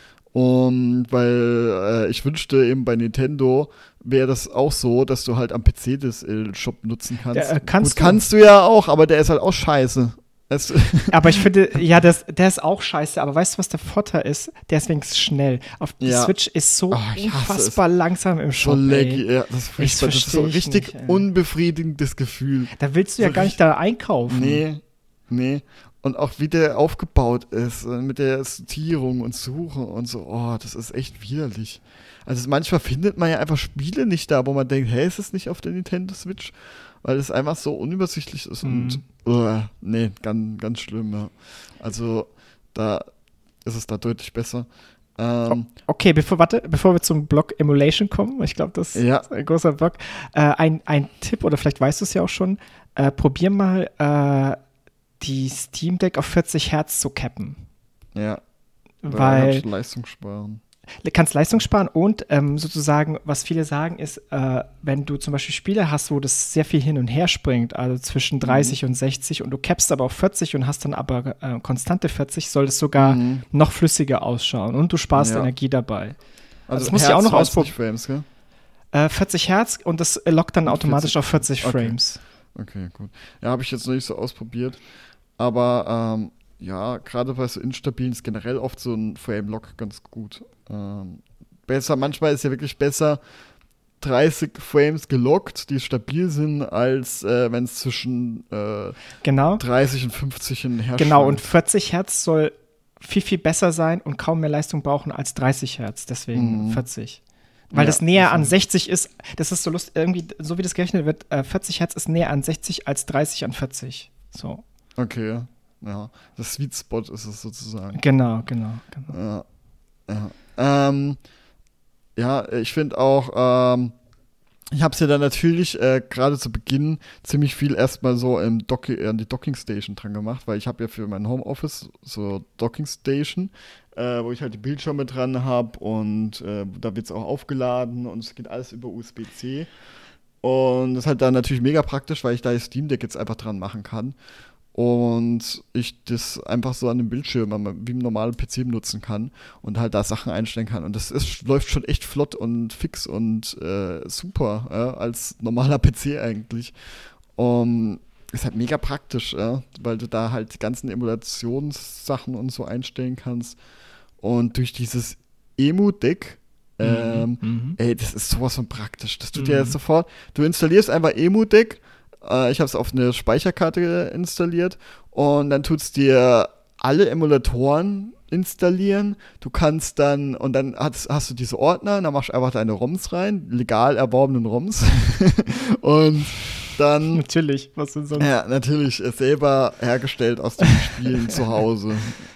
Und weil äh, ich wünschte eben bei Nintendo wäre das auch so, dass du halt am P C das äh, Shop nutzen kannst. Der, äh, kannst Gut, du. kannst du ja auch, aber der ist halt auch scheiße. Es, Aber ich finde, ja, das, der ist auch scheiße, aber weißt du, was der Vorteil ist? Der ist wenigstens schnell. Auf die Ja. Switch ist so Oh, ich hasse unfassbar langsam im Shop. so laggy, ey. ja, das ist furchtbar. Das ist so ein versteh ich richtig nicht, ey. unbefriedigendes Gefühl. Da willst du ja So gar nicht da einkaufen. Nee, nee. Und auch wie der aufgebaut ist, äh, mit der Sortierung und Suche und so, oh, das ist echt widerlich. Also manchmal findet man ja einfach Spiele nicht da, wo man denkt, hey, ist es nicht auf der Nintendo Switch? Weil es einfach so unübersichtlich ist Mhm. und, uh, nee, ganz, ganz schlimm, ja. Also da ist es da deutlich besser. Ähm, Okay, bevor, warte, bevor wir zum Block Emulation kommen, ich glaube, das Ja. ist ein großer Block. Äh, ein, ein Tipp, oder vielleicht weißt du es ja auch schon, äh, probier mal äh, die Steam Deck auf vierzig Hertz zu cappen. ja, da Weil kannst du Leistung sparen. du kannst Leistung sparen und ähm, sozusagen, was viele sagen, ist, äh, wenn du zum Beispiel Spiele hast, wo das sehr viel hin und her springt, also zwischen dreißig und sechzig und du cappst aber auf vierzig und hast dann aber äh, konstante vierzig, soll das sogar Mhm. noch flüssiger ausschauen und du sparst Ja. Energie dabei. Also das muss ich auch noch Herz ausprobieren. Frames, gell? Äh, vierzig Hertz und das äh, lockt dann Und automatisch vierzig auf vierzig Okay. Frames. Okay, gut. Ja, habe ich jetzt noch nicht so ausprobiert. Aber ähm, ja, gerade bei so instabilen ist generell oft so ein Frame-Lock ganz gut. Ähm, besser, manchmal ist ja wirklich besser dreißig Frames gelockt, die stabil sind, als äh, wenn es zwischen äh, Genau. dreißig und fünfzig hin und her Genau, und schwankt. vierzig Hertz soll viel, viel besser sein und kaum mehr Leistung brauchen als dreißig Hertz, deswegen Mhm. vierzig. Weil Ja, das näher an deswegen. sechzig ist, das ist so lustig, irgendwie, so wie das gerechnet wird, äh, vierzig Hertz ist näher an sechzig als dreißig an vierzig. So, Okay, ja. Das Sweet Spot ist es sozusagen. genau, genau, genau. Ja, ja. Ähm, ja, ich finde auch, ähm, ich habe es ja dann natürlich äh, gerade zu Beginn ziemlich viel erstmal so im Dock an die Docking Station dran gemacht, weil ich habe ja für mein Homeoffice so Docking Station, äh, wo ich halt die Bildschirme dran habe und äh, da wird es auch aufgeladen und es geht alles über U S B C. Und das ist halt dann natürlich mega praktisch, weil ich da das Steam Deck jetzt einfach dran machen kann. Und ich das einfach so an dem Bildschirm wie im normalen P C benutzen kann und halt da Sachen einstellen kann. Und das ist, läuft schon echt flott und fix und äh, super, ja, als normaler P C eigentlich. Um, ist halt mega praktisch, ja, weil du da halt die ganzen Emulationssachen und so einstellen kannst. Und durch dieses Emu-Deck, ähm, Mhm. ey, das ist sowas von praktisch. Das tut Mhm. dir jetzt sofort, du installierst einfach Emu-Deck. Äh, ich habe es auf eine Speicherkarte installiert und dann tut es dir alle Emulatoren installieren. Du kannst dann, und dann hast, hast du diese Ordner, dann machst du einfach deine ROMs rein, legal erworbenen ROMs. Und dann, Natürlich, was denn sonst? ja, natürlich, äh, selber hergestellt aus den Spielen zu Hause.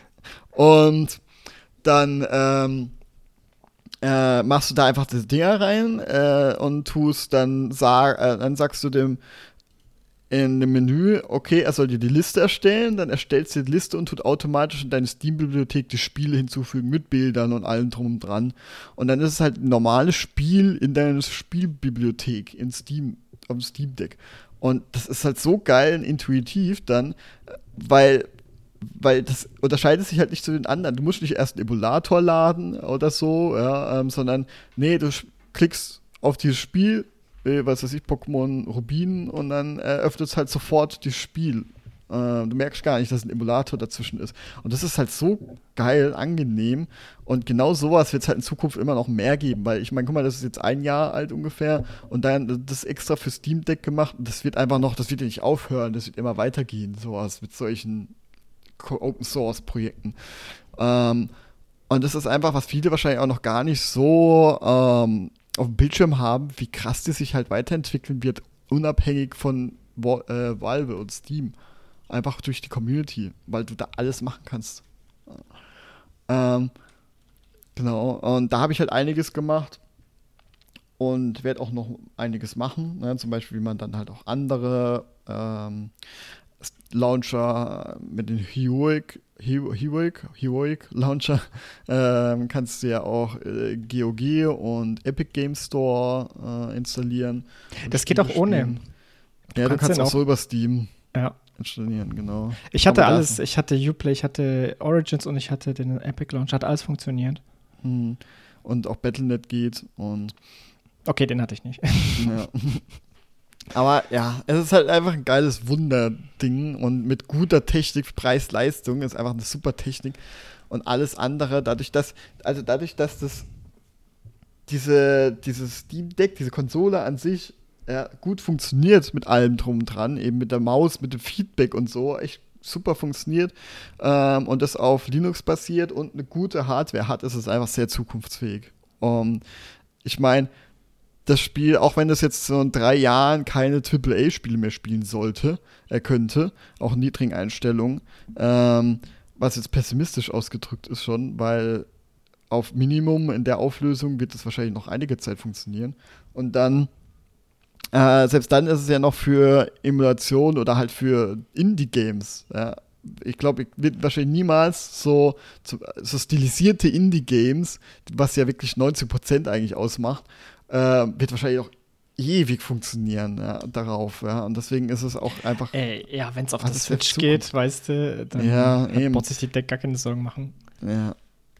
Und dann, ähm, äh, machst du da einfach diese Dinger rein äh, und tust dann, sag, äh, dann sagst du dem in dem Menü, okay, er soll dir die Liste erstellen, dann erstellst du die Liste und tut automatisch in deine Steam-Bibliothek die Spiele hinzufügen mit Bildern und allem drum und dran. Und dann ist es halt ein normales Spiel in deiner Spielbibliothek in Steam, auf dem Steam Deck. Und das ist halt so geil und intuitiv dann, weil weil das unterscheidet sich halt nicht zu den anderen. Du musst nicht erst einen Emulator laden oder so, ja, ähm, sondern nee, du sch- klickst auf dieses Spiel, äh, was weiß ich, Pokémon Rubin und dann eröffnet es halt sofort das Spiel. Äh, du merkst gar nicht, dass ein Emulator dazwischen ist. Und das ist halt so geil, angenehm. Und genau sowas wird es halt in Zukunft immer noch mehr geben, weil ich meine, guck mal, das ist jetzt ein Jahr alt ungefähr und dann das extra für Steam Deck gemacht und das wird einfach noch, das wird ja nicht aufhören, das wird immer weitergehen, sowas mit solchen Open-Source-Projekten. Ähm, und das ist einfach, was viele wahrscheinlich auch noch gar nicht so ähm, auf dem Bildschirm haben, wie krass die sich halt weiterentwickeln wird, unabhängig von äh, Valve und Steam. Einfach durch die Community, weil du da alles machen kannst. Ähm, genau, und da habe ich halt einiges gemacht und werde auch noch einiges machen. Ne? Zum Beispiel, wie man dann halt auch andere ähm, Launcher mit den Heroic, Heroic, Heroic Launcher ähm, kannst du ja auch äh, G O G und Epic Game Store äh, installieren. Das geht auch ohne. Du ja, du kannst auch so über Steam ja. installieren, genau. Ich hatte Aber alles, ich hatte Uplay, ich hatte Origins und ich hatte den Epic Launcher, hat alles funktioniert. Hm. Und auch Battle Punkt net geht und okay, den hatte ich nicht. Ja. Aber ja, es ist halt einfach ein geiles Wunderding und mit guter Technik, Preis-Leistung ist einfach eine super Technik und alles andere, dadurch, dass, also dadurch, dass das diese, dieses Steam Deck, diese Konsole an sich ja, gut funktioniert mit allem drum und dran, eben mit der Maus, mit dem Feedback und so, echt super funktioniert ähm, und das auf Linux basiert und eine gute Hardware hat, ist es einfach sehr zukunftsfähig. Um, ich meine, das Spiel, auch wenn das jetzt so in drei Jahren keine Triple A Spiele mehr spielen sollte, er könnte, auch in niedrigen Einstellungen, ähm, was jetzt pessimistisch ausgedrückt ist schon, weil auf Minimum in der Auflösung wird das wahrscheinlich noch einige Zeit funktionieren. Und dann, äh, selbst dann ist es ja noch für Emulation oder halt für Indie-Games. Ja. Ich glaube, wird wahrscheinlich niemals so, so stilisierte Indie-Games, was ja wirklich neunzig Prozent eigentlich ausmacht, äh, wird wahrscheinlich auch ewig funktionieren ja, darauf. Ja. Und deswegen ist es auch einfach. Ey, ja, wenn es auf der Switch geht, weißt du, dann ja, muss sich die Deck gar keine Sorgen machen. Ja.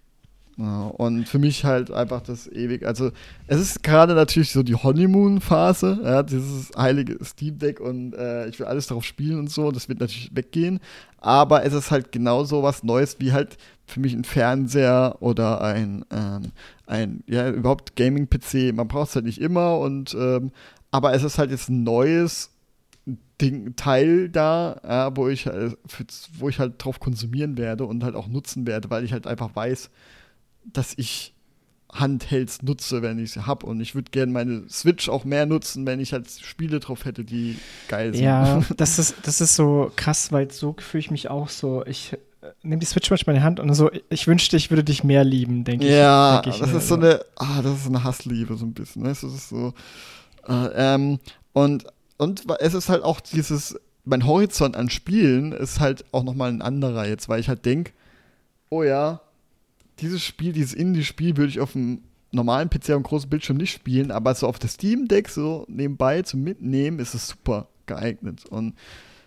Ja, und für mich halt einfach das ewig, also es ist gerade natürlich so die Honeymoon-Phase, ja, dieses heilige Steam Deck und äh, ich will alles darauf spielen und so, das wird natürlich weggehen, aber es ist halt genauso was Neues wie halt für mich ein Fernseher oder ein, ähm, ein ja, überhaupt Gaming-P C, man braucht es halt nicht immer und ähm, aber es ist halt jetzt ein neues Ding, Teil da, ja, wo ich halt, wo ich halt drauf konsumieren werde und halt auch nutzen werde, weil ich halt einfach weiß, dass ich Handhelds nutze, wenn ich sie habe. Und ich würde gerne meine Switch auch mehr nutzen, wenn ich halt Spiele drauf hätte, die geil sind. Ja, das ist, das ist so krass, weil so fühle ich mich auch so. Ich äh, nehme die Switch manchmal in die Hand und so, ich wünschte, ich würde dich mehr lieben, denke ich. Ja, denk ich, das ist so eine, ah, das ist eine Hassliebe so ein bisschen. Ne? Das ist so, äh, ähm, und, und es ist halt auch dieses, mein Horizont an Spielen ist halt auch nochmal ein anderer jetzt, weil ich halt denke, oh ja, dieses Spiel, dieses Indie-Spiel würde ich auf dem normalen P C auf dem großen Bildschirm nicht spielen, aber so auf der Steam Deck so nebenbei zum Mitnehmen ist es super geeignet. Und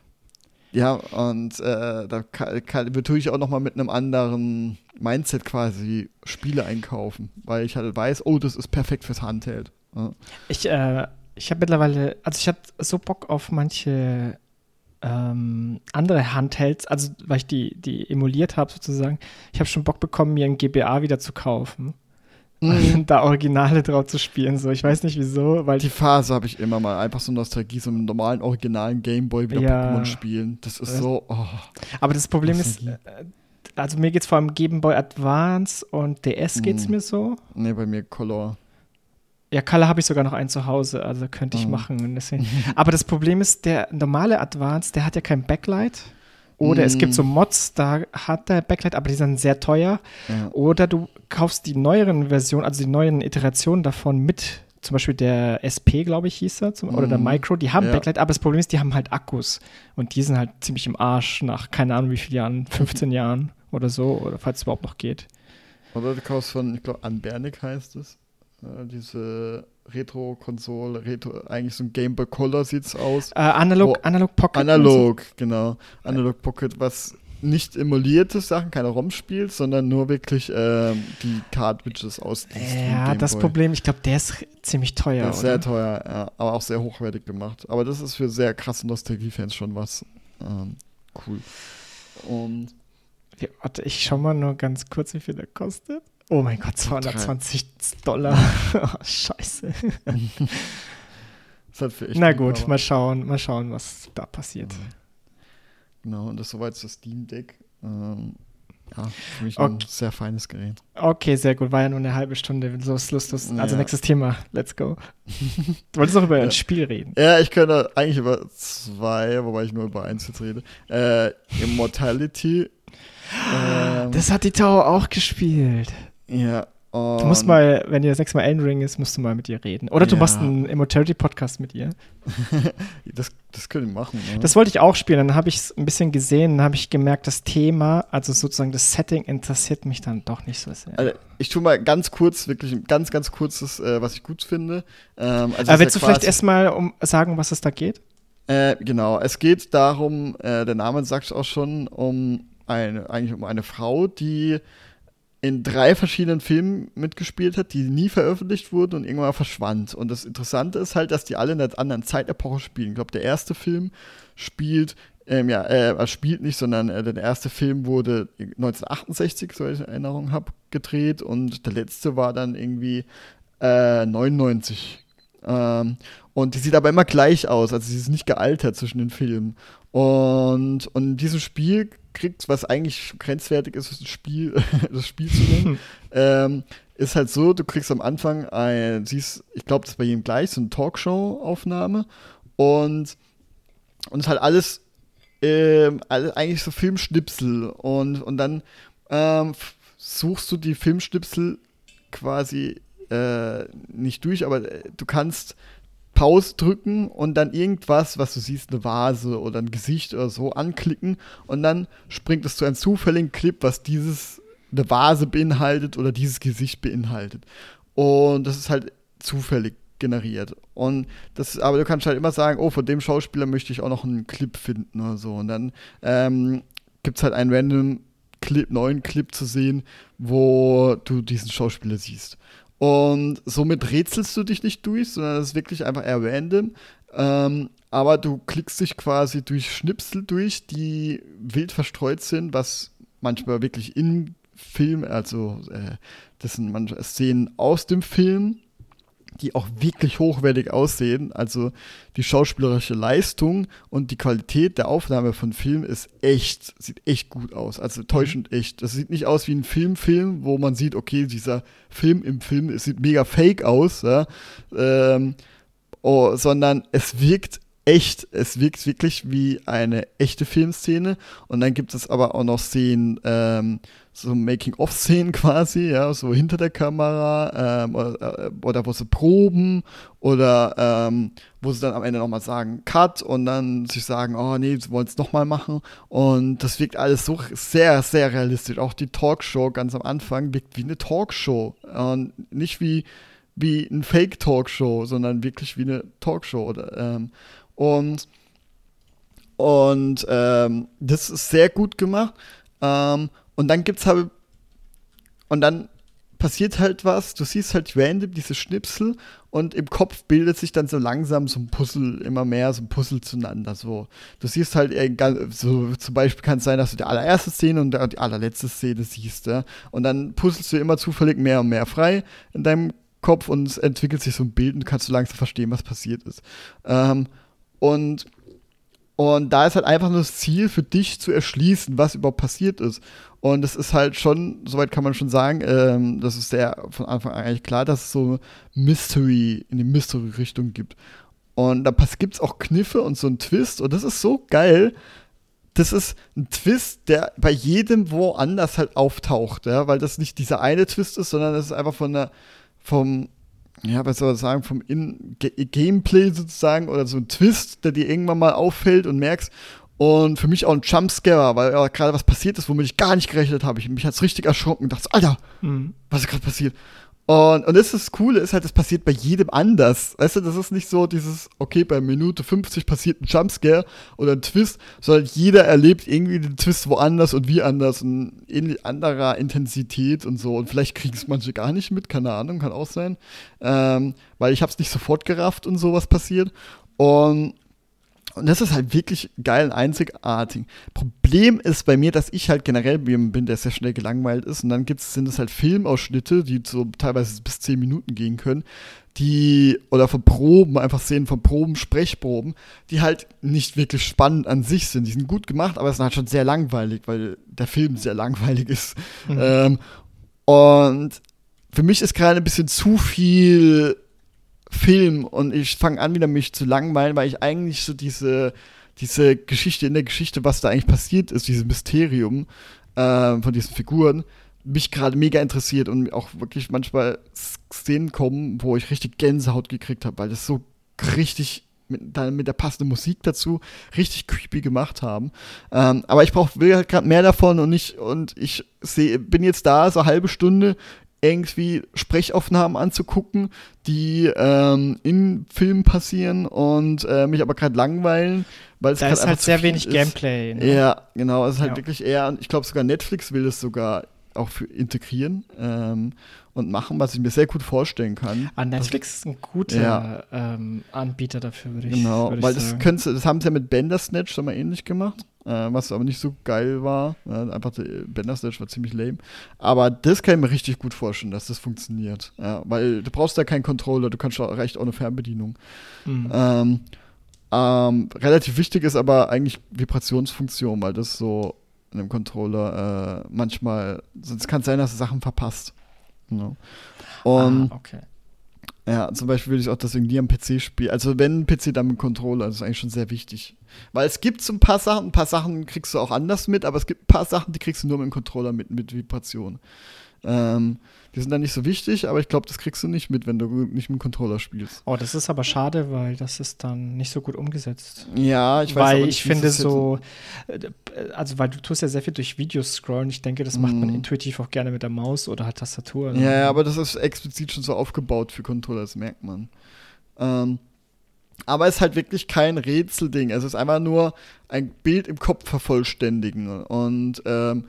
ja, und äh, da kann, kann, tue ich auch nochmal mit einem anderen Mindset quasi Spiele einkaufen, weil ich halt weiß, oh, das ist perfekt fürs Handheld. Ja. Ich, äh, ich habe mittlerweile, also ich habe so Bock auf manche Ähm, andere Handhelds, also weil ich die, die emuliert habe sozusagen, ich habe schon Bock bekommen, mir ein G B A wieder zu kaufen. Mhm. Da Originale drauf zu spielen, so. Ich weiß nicht wieso, weil die Phase habe ich immer mal, einfach so Nostalgie, so einen normalen, originalen Gameboy wieder ja. Pokémon spielen. Das ist so, oh. Aber das Problem Nostalgie. ist, also mir geht's vor allem Gameboy Advance und D S geht's mhm. mir so. Nee, bei mir Color. Ja, Color habe ich sogar noch einen zu Hause, also könnte ich oh. machen. Deswegen. Aber das Problem ist, der normale Advance, der hat ja kein Backlight. Oder mm. es gibt so Mods, da hat der Backlight, aber die sind sehr teuer. Ja. Oder du kaufst die neueren Versionen, also die neuen Iterationen davon mit, zum Beispiel der S P, glaube ich, hieß er, zum, mm. oder der Micro, die haben ja. Backlight, aber das Problem ist, die haben halt Akkus. Und die sind halt ziemlich im Arsch nach keine Ahnung wie vielen Jahren, fünfzehn Jahren oder so, oder falls es überhaupt noch geht. Oder du kaufst von, ich glaube, Anbernic heißt es. Diese Retro-Konsole, Retro, eigentlich so ein Game Boy Color sieht's aus. Äh, Analog, Analog Pocket. Analog, so. Genau. Analog Pocket, was nicht emulierte Sachen, keine ROM spielt, sondern nur wirklich ähm, die Cartridges aus diesem Ja, das Boy. Problem, ich glaube, der ist ziemlich teuer, Der ist oder? sehr teuer, ja, aber auch sehr hochwertig gemacht. Aber das ist für sehr krasse Nostalgie-Fans schon was ähm, cool. Und ja, warte, ich schau mal nur ganz kurz, wie viel der kostet. Oh mein Gott, zweihundertzwanzig Dollar. Oh, scheiße. Das hat für echt Na gut, Power. mal schauen, mal schauen, was da passiert. Genau, und das ist soweit das Steam Deck. Ähm, ja, für mich ein Okay. sehr feines Gerät. Okay, sehr gut. War ja nur eine halbe Stunde. Los, los, los. Also Ja. nächstes Thema. Let's go. Du wolltest noch über Ja. ein Spiel reden. Ja, ich könnte eigentlich über zwei, wobei ich nur über eins jetzt rede. Äh, Immortality. ähm, Das hat die Tower auch gespielt. ja. Du musst mal, wenn ihr das nächste Mal Elden Ring ist, musst du mal mit ihr reden. Oder du Ja. machst einen Immortality-Podcast mit ihr. das, das können wir machen. Ne? Das wollte ich auch spielen. Dann habe ich es ein bisschen gesehen. Dann habe ich gemerkt, das Thema, also sozusagen das Setting, interessiert mich dann doch nicht so sehr. Also, ich tue mal ganz kurz, wirklich ein ganz, ganz kurzes, äh, was ich gut finde. Ähm, also Aber willst ja du vielleicht quasi- erstmal um sagen, was es da geht? Äh, genau, es geht darum, äh, der Name sagt es auch schon, um eine, eigentlich um eine Frau, die in drei verschiedenen Filmen mitgespielt hat, die nie veröffentlicht wurden und irgendwann verschwand. Und das Interessante ist halt, dass die alle in einer anderen Zeitepoche spielen. Ich glaube, der erste Film spielt, ähm, ja, äh, spielt nicht, sondern äh, der erste Film wurde neunzehnhundertachtundsechzig, so ich in Erinnerung habe, gedreht und der letzte war dann irgendwie äh, neunundneunzig. Ähm, und die sieht aber immer gleich aus, also sie ist nicht gealtert zwischen den Filmen. Und, und in diesem Spiel kriegt, was eigentlich grenzwertig ist, das Spiel, das Spiel zu nennen, ähm, ist halt so, du kriegst am Anfang ein, siehst, ich glaube, das ist bei jedem gleich, so eine Talkshow-Aufnahme und und es ist halt alles, ähm, alles eigentlich so Filmschnipsel und, und dann ähm, f- suchst du die Filmschnipsel quasi äh, nicht durch, aber äh, du kannst Pause drücken und dann irgendwas, was du siehst, eine Vase oder ein Gesicht oder so, anklicken und dann springt es zu einem zufälligen Clip, was dieses, eine Vase beinhaltet oder dieses Gesicht beinhaltet. Und das ist halt zufällig generiert. Und das, aber du kannst halt immer sagen, oh, von dem Schauspieler möchte ich auch noch einen Clip finden oder so. Und dann ähm, gibt es halt einen random Clip, neuen Clip zu sehen, wo du diesen Schauspieler siehst. Und somit rätselst du dich nicht durch, sondern es ist wirklich einfach eher random. Ähm, aber du klickst dich quasi durch Schnipsel durch, die wild verstreut sind, was manchmal wirklich im Film, also äh, das sind manche Szenen aus dem Film, die auch wirklich hochwertig aussehen. Also die schauspielerische Leistung und die Qualität der Aufnahme von Film ist echt, sieht echt gut aus. Also täuschend echt. Das sieht nicht aus wie ein Filmfilm, wo man sieht, okay, dieser Film im Film, es sieht mega fake aus, ja? ähm, oh, sondern es wirkt echt. Es wirkt wirklich wie eine echte Filmszene. Und dann gibt es aber auch noch Szenen, ähm, so Making-of-Szenen quasi, ja, so hinter der Kamera, ähm, oder, oder wo sie proben oder ähm, wo sie dann am Ende nochmal sagen, Cut und dann sich sagen, oh nee, sie wollen es nochmal machen und das wirkt alles so sehr, sehr realistisch. Auch die Talkshow ganz am Anfang wirkt wie eine Talkshow und nicht wie, wie ein Fake-Talkshow, sondern wirklich wie eine Talkshow oder, ähm, und und ähm, das ist sehr gut gemacht. Ähm, und dann gibt's halt, und dann passiert halt was, du siehst halt random diese Schnipsel und im Kopf bildet sich dann so langsam so ein Puzzle, immer mehr so ein Puzzle zueinander, so. Du siehst halt, so zum Beispiel kann es sein, dass du die allererste Szene und die allerletzte Szene siehst, ja? Und dann puzzelst du immer zufällig mehr und mehr frei in deinem Kopf und es entwickelt sich so ein Bild und kannst du langsam verstehen, was passiert ist. Ähm, und Und da ist halt einfach nur das Ziel für dich zu erschließen, was überhaupt passiert ist. Und es ist halt schon, soweit kann man schon sagen, ähm, das ist sehr von Anfang an eigentlich klar, dass es so Mystery, in die Mystery-Richtung gibt. Und da gibt es auch Kniffe und so einen Twist. Und das ist so geil. Das ist ein Twist, der bei jedem woanders halt auftaucht. Ja? Weil das nicht dieser eine Twist ist, sondern das ist einfach von der, vom ja, was soll ich sagen, vom In- G- Gameplay sozusagen oder so ein Twist, der dir irgendwann mal auffällt und merkst. Und für mich auch ein Jumpscare, weil ja, gerade was passiert ist, womit ich gar nicht gerechnet habe. Ich, mich hat's richtig erschrocken und dachte, so, Alter, Mhm. was ist gerade passiert? Und, und das ist das Coole, ist halt, das passiert bei jedem anders. Weißt du, das ist nicht so dieses, okay, bei Minute fünfzig passiert ein Jumpscare oder ein Twist, sondern jeder erlebt irgendwie den Twist woanders und wie anders und in anderer Intensität und so. Und vielleicht kriegen es manche gar nicht mit, keine Ahnung, kann auch sein. Ähm, weil ich habe es nicht sofort gerafft und so, was passiert. Und Und das ist halt wirklich geil und einzigartig. Problem ist bei mir, dass ich halt generell bin, der sehr schnell gelangweilt ist. Und dann gibt's, sind es halt Filmausschnitte, die so teilweise bis zehn Minuten gehen können, die, oder von Proben, einfach Szenen von Proben, Sprechproben, die halt nicht wirklich spannend an sich sind. Die sind gut gemacht, aber es ist halt schon sehr langweilig, weil der Film sehr langweilig ist. Mhm. Ähm, und für mich ist gerade ein bisschen zu viel Film und ich fange an, wieder mich zu langweilen, weil ich eigentlich so diese, diese Geschichte in der Geschichte, was da eigentlich passiert ist, dieses Mysterium äh, von diesen Figuren, mich gerade mega interessiert und auch wirklich manchmal Szenen kommen, wo ich richtig Gänsehaut gekriegt habe, weil das so richtig mit, dann mit der passenden Musik dazu richtig creepy gemacht haben. Ähm, aber ich brauche will halt gerade mehr davon und nicht und ich seh, bin jetzt da so eine halbe Stunde irgendwie Sprechaufnahmen anzugucken, die ähm, in Filmen passieren und äh, mich aber gerade langweilen, weil es da ist halt sehr wenig ist. Gameplay. Ne? Ja, genau, es ist halt ja. wirklich eher, ich glaube sogar Netflix will es sogar auch für integrieren ähm, und machen, was ich mir sehr gut vorstellen kann. Ah, Netflix ist ein guter ja. ähm, Anbieter dafür, würde ich sagen. Genau, weil das, können, das haben sie ja mit Bandersnatch schon mal ähnlich gemacht, äh, was aber nicht so geil war. Äh, einfach der Bandersnatch war ziemlich lame. Aber das kann ich mir richtig gut vorstellen, dass das funktioniert. Ja, weil du brauchst da keinen Controller, du kannst auch, reicht auch eine Fernbedienung. Mhm. Ähm, ähm, relativ wichtig ist aber eigentlich Vibrationsfunktion, weil das so in einem Controller äh, manchmal, sonst kann es sein, dass du Sachen verpasst. Ja. Und ah, okay. Ja, zum Beispiel würde ich auch deswegen nie am P C spielen. Also wenn ein P C, dann mit Controller, das ist eigentlich schon sehr wichtig. Weil es gibt so ein paar Sachen, ein paar Sachen kriegst du auch anders mit, aber es gibt ein paar Sachen, die kriegst du nur mit dem Controller mit, mit Vibration. Ähm, die sind dann nicht so wichtig, aber ich glaube, das kriegst du nicht mit, wenn du nicht mit dem Controller spielst. Oh, das ist aber schade, weil das ist dann nicht so gut umgesetzt. Ja, ich weiß weil aber nicht, ich finde so, also weil du tust ja sehr viel durch Videos scrollen. Ich denke, das macht man intuitiv auch gerne mit der Maus oder halt Tastatur. Ja, ja, aber das ist explizit schon so aufgebaut für Controller, das merkt man. Ähm, aber es ist halt wirklich kein Rätselding. Es ist einfach nur ein Bild im Kopf vervollständigen. Und ähm,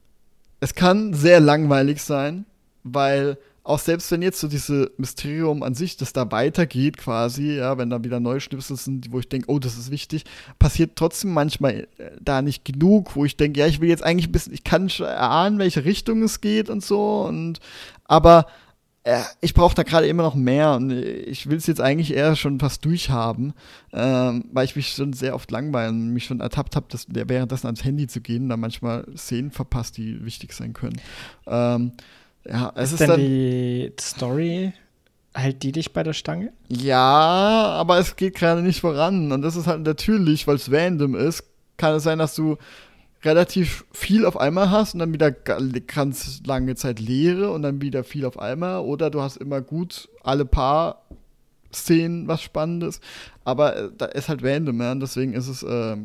es kann sehr langweilig sein, weil auch selbst wenn jetzt so diese Mysterium an sich, das da weitergeht quasi, ja, wenn da wieder neue Schnipsel sind, wo ich denke, oh, das ist wichtig, passiert trotzdem manchmal äh, da nicht genug, wo ich denke, ja, ich will jetzt eigentlich ein bisschen, ich kann schon erahnen, welche Richtung es geht und so, und aber äh, ich brauche da gerade immer noch mehr und ich will es jetzt eigentlich eher schon fast durchhaben, ähm, weil ich mich schon sehr oft langweile und mich schon ertappt habe, währenddessen ans Handy zu gehen, da manchmal Szenen verpasst, die wichtig sein können. Ähm, Ja, es ist, ist denn dann, die Story, hält die dich bei der Stange? Ja, aber es geht gerade nicht voran. Und das ist halt natürlich, weil es random ist, kann es sein, dass du relativ viel auf einmal hast und dann wieder ganz lange Zeit Leere und dann wieder viel auf einmal. Oder du hast immer gut alle paar Szenen was Spannendes. Aber äh, da ist halt random, ja. Und deswegen ist es, äh,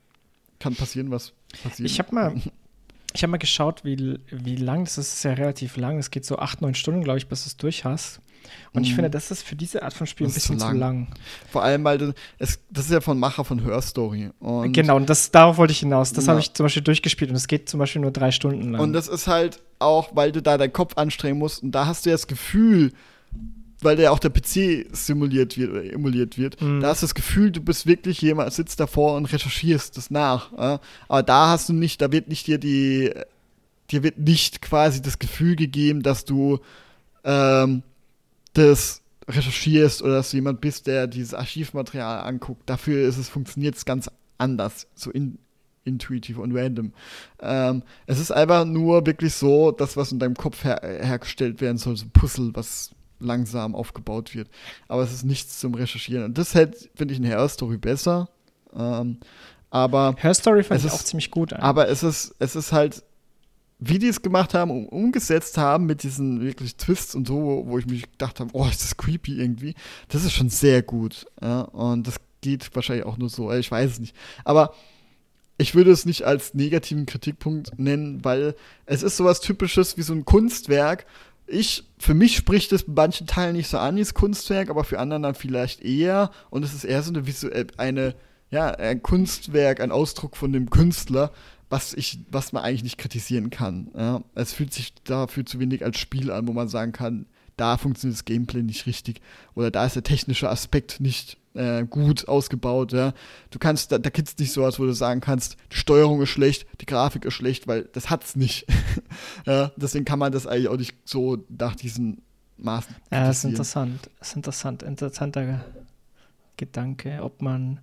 kann passieren, was passiert. Ich habe mal Ich habe mal geschaut, wie, wie lang das ist. Das ist ja relativ lang. Es geht so acht, neun Stunden, glaube ich, bis du es durch hast. Und mhm. ich finde, das ist für diese Art von Spiel ein bisschen zu lang. zu lang. Vor allem, weil du, es, das ist ja von Macher von Hörstory. Und genau, und das, darauf wollte ich hinaus. Das ja. habe ich zum Beispiel durchgespielt und es geht zum Beispiel nur drei Stunden lang. Und das ist halt auch, weil du da deinen Kopf anstrengen musst. Und da hast du ja das Gefühl, weil der auch der P C simuliert wird oder emuliert wird, mhm. da hast du das Gefühl, du bist wirklich jemand, sitzt davor und recherchierst das nach. Ja? Aber da hast du nicht, da wird nicht dir die, dir wird nicht quasi das Gefühl gegeben, dass du ähm, das recherchierst oder dass du jemand bist, der dieses Archivmaterial anguckt. Dafür ist es, funktioniert es ganz anders, so in, intuitiv und random. Ähm, es ist einfach nur wirklich so, das, was in deinem Kopf her- hergestellt werden soll, so ein Puzzle, was langsam aufgebaut wird. Aber es ist nichts zum Recherchieren. Und das hält, finde ich, in Hörstory besser. Ähm, aber Hörstory fand ich ist, auch ziemlich gut. Eigentlich. Aber es ist, es ist halt, wie die es gemacht haben und umgesetzt haben mit diesen wirklich Twists und so, wo, wo ich mich gedacht habe, oh, ist das creepy irgendwie. Das ist schon sehr gut. Ja? Und das geht wahrscheinlich auch nur so. Ich weiß es nicht. Aber ich würde es nicht als negativen Kritikpunkt nennen, weil es ist sowas Typisches wie so ein Kunstwerk. Ich, für mich spricht es bei manchen Teilen nicht so an, dieses Kunstwerk, aber für anderen dann vielleicht eher. Und es ist eher so eine, visuell, eine ja, ein Kunstwerk, ein Ausdruck von dem Künstler, was ich, was man eigentlich nicht kritisieren kann. Ja. Es fühlt sich dafür zu wenig als Spiel an, wo man sagen kann, da funktioniert das Gameplay nicht richtig oder da ist der technische Aspekt nicht äh, gut ausgebaut. Ja. Du kannst, da, da gibt es nicht so was, wo du sagen kannst, die Steuerung ist schlecht, die Grafik ist schlecht, weil das hat's nicht. Ja, deswegen kann man das eigentlich auch nicht so nach diesen Maßen Ja, das ist kritisieren. interessant. Das ist interessant. Interessanter Gedanke, ob man.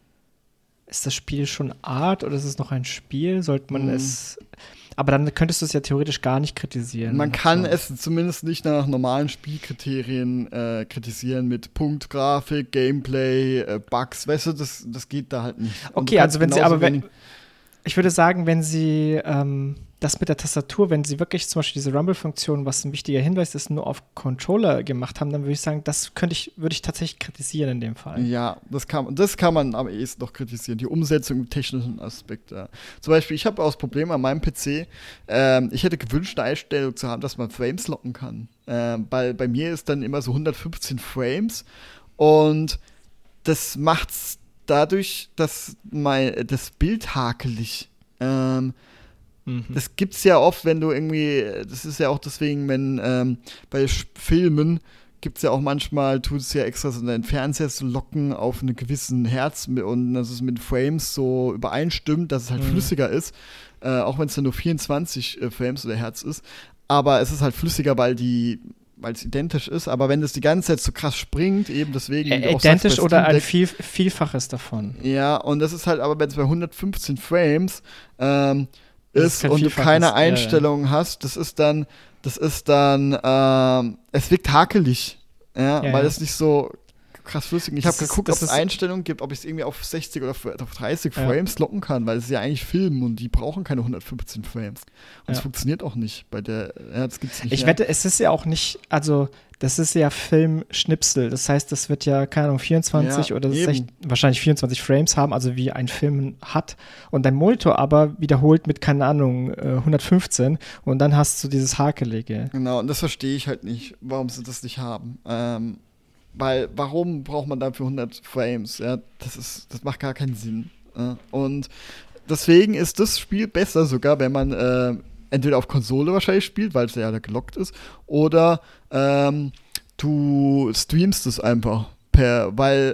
Ist das Spiel schon Art oder ist es noch ein Spiel? Sollte man Mhm. es. Aber dann könntest du es ja theoretisch gar nicht kritisieren. Man kann So. es zumindest nicht nach normalen Spielkriterien äh, kritisieren mit Punkt, Grafik, Gameplay, äh, Bugs, weißt du, das, das geht da halt nicht. Und Okay, du also kannst wenn sie, genauso aber wenn, wenig- ich würde sagen, wenn sie ähm, das mit der Tastatur, wenn sie wirklich zum Beispiel diese Rumble-Funktion, was ein wichtiger Hinweis ist, nur auf Controller gemacht haben, dann würde ich sagen, das könnte ich, würde ich tatsächlich kritisieren in dem Fall. Ja, das kann, das kann man am ehesten noch kritisieren, die Umsetzung im technischen Aspekt. Ja. Zum Beispiel, ich habe auch das Problem an meinem P C, ähm, ich hätte gewünscht, eine Einstellung zu haben, dass man Frames locken kann. Ähm, weil bei mir ist dann immer so hundertfünfzehn Frames und das macht's dadurch, dass mein, das Bild hakelig. Ähm, Mhm. Das gibt's ja oft, wenn du irgendwie, das ist ja auch deswegen, wenn ähm, bei Sch- Filmen gibt's ja auch manchmal, tut es ja extra so deinen Fernseher zu locken auf einen gewissen Herz mi- und dass es mit Frames so übereinstimmt, dass es halt Mhm. flüssiger ist, äh, auch wenn es dann nur vierundzwanzig äh, Frames oder Hertz ist. Aber es ist halt flüssiger, weil die weil es identisch ist, aber wenn es die ganze Zeit so krass springt, eben deswegen. wie du Ä- auch sagst, Identisch bei oder Steam ein Deck- viel, Vielfaches davon. Ja, und das ist halt aber, wenn es bei hundertfünfzehn Frames ähm, Das ist ist kein und du Vielfaches, keine ja, ja. Einstellungen hast, das ist dann, das ist dann, ähm, es wirkt hakelig, ja, Ja, weil ja. es nicht so krass flüssig ist. Ich habe Das ist- geguckt, das ob es ist- Einstellungen gibt, ob ich es irgendwie auf sechzig oder auf dreißig Ja. Frames locken kann, weil es ist ja eigentlich Film und die brauchen keine hundertfünfzehn Frames. Und es Ja. funktioniert auch nicht bei der, ja, das gibt's nicht. Ich ja. wette, es ist ja auch nicht, also das ist ja Filmschnipsel. Das heißt, das wird ja, keine Ahnung, vierundzwanzig Ja, oder eben. sechzig, wahrscheinlich vierundzwanzig Frames haben, also wie ein Film hat. Und dein Monitor aber wiederholt mit, keine Ahnung, äh, hundertfünfzehn und dann hast du dieses Hakelige. Genau, und das verstehe ich halt nicht, warum sie das nicht haben. Ähm, weil, warum braucht man dafür hundert Frames? Ja, das ist, das macht gar keinen Sinn. Ja. Und deswegen ist das Spiel besser sogar, wenn man äh, entweder auf Konsole wahrscheinlich spielt, weil es ja da gelockt ist, oder ähm, du streamst es einfach per, weil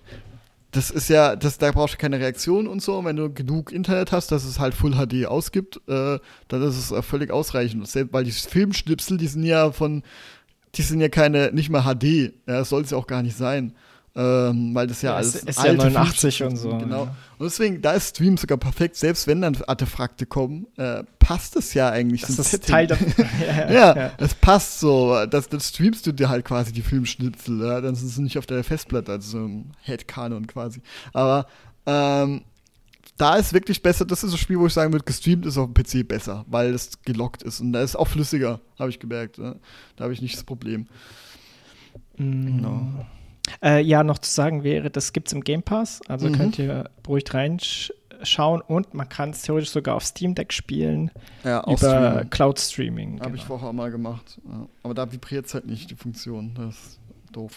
das ist ja, das, da brauchst du keine Reaktion und so. Und wenn du genug Internet hast, dass es halt Full H D ausgibt, äh, dann ist es äh, völlig ausreichend. Selbst, weil die Filmschnipsel, die sind ja von, die sind ja keine, nicht mal H D. Ja, das soll es ja auch gar nicht sein. Ähm, weil das ja, Ja, alles es ist alte ja neunundachtzig Filmschnipsel und so, sind, Genau. ja. Und deswegen, da ist Stream sogar perfekt. Selbst wenn dann Artefakte kommen, äh, passt es ja eigentlich. Das ins ist Setting. Teil davon. Ja, es passt so. Das, dann streamst du dir halt quasi die Filmschnipsel. Ja? Dann sind sie nicht auf der Festplatte, also so ein Headcanon quasi. Aber ähm, da ist wirklich besser. Das ist ein Spiel, wo ich sagen würde, gestreamt ist auf dem P C besser, weil es gelockt ist. Und da ist auch flüssiger, habe ich gemerkt. Ja? Da habe ich nicht das Problem. Mm. Genau. Äh, ja, noch zu sagen wäre, das gibt es im Game Pass, also Mhm. könnt ihr ruhig reinschauen und man kann es theoretisch sogar auf Steam Deck spielen Ja, über Cloud Streaming. Habe ich Genau. vorher auch mal gemacht. Ja. Aber da vibriert es halt nicht, die Funktion. Das ist doof.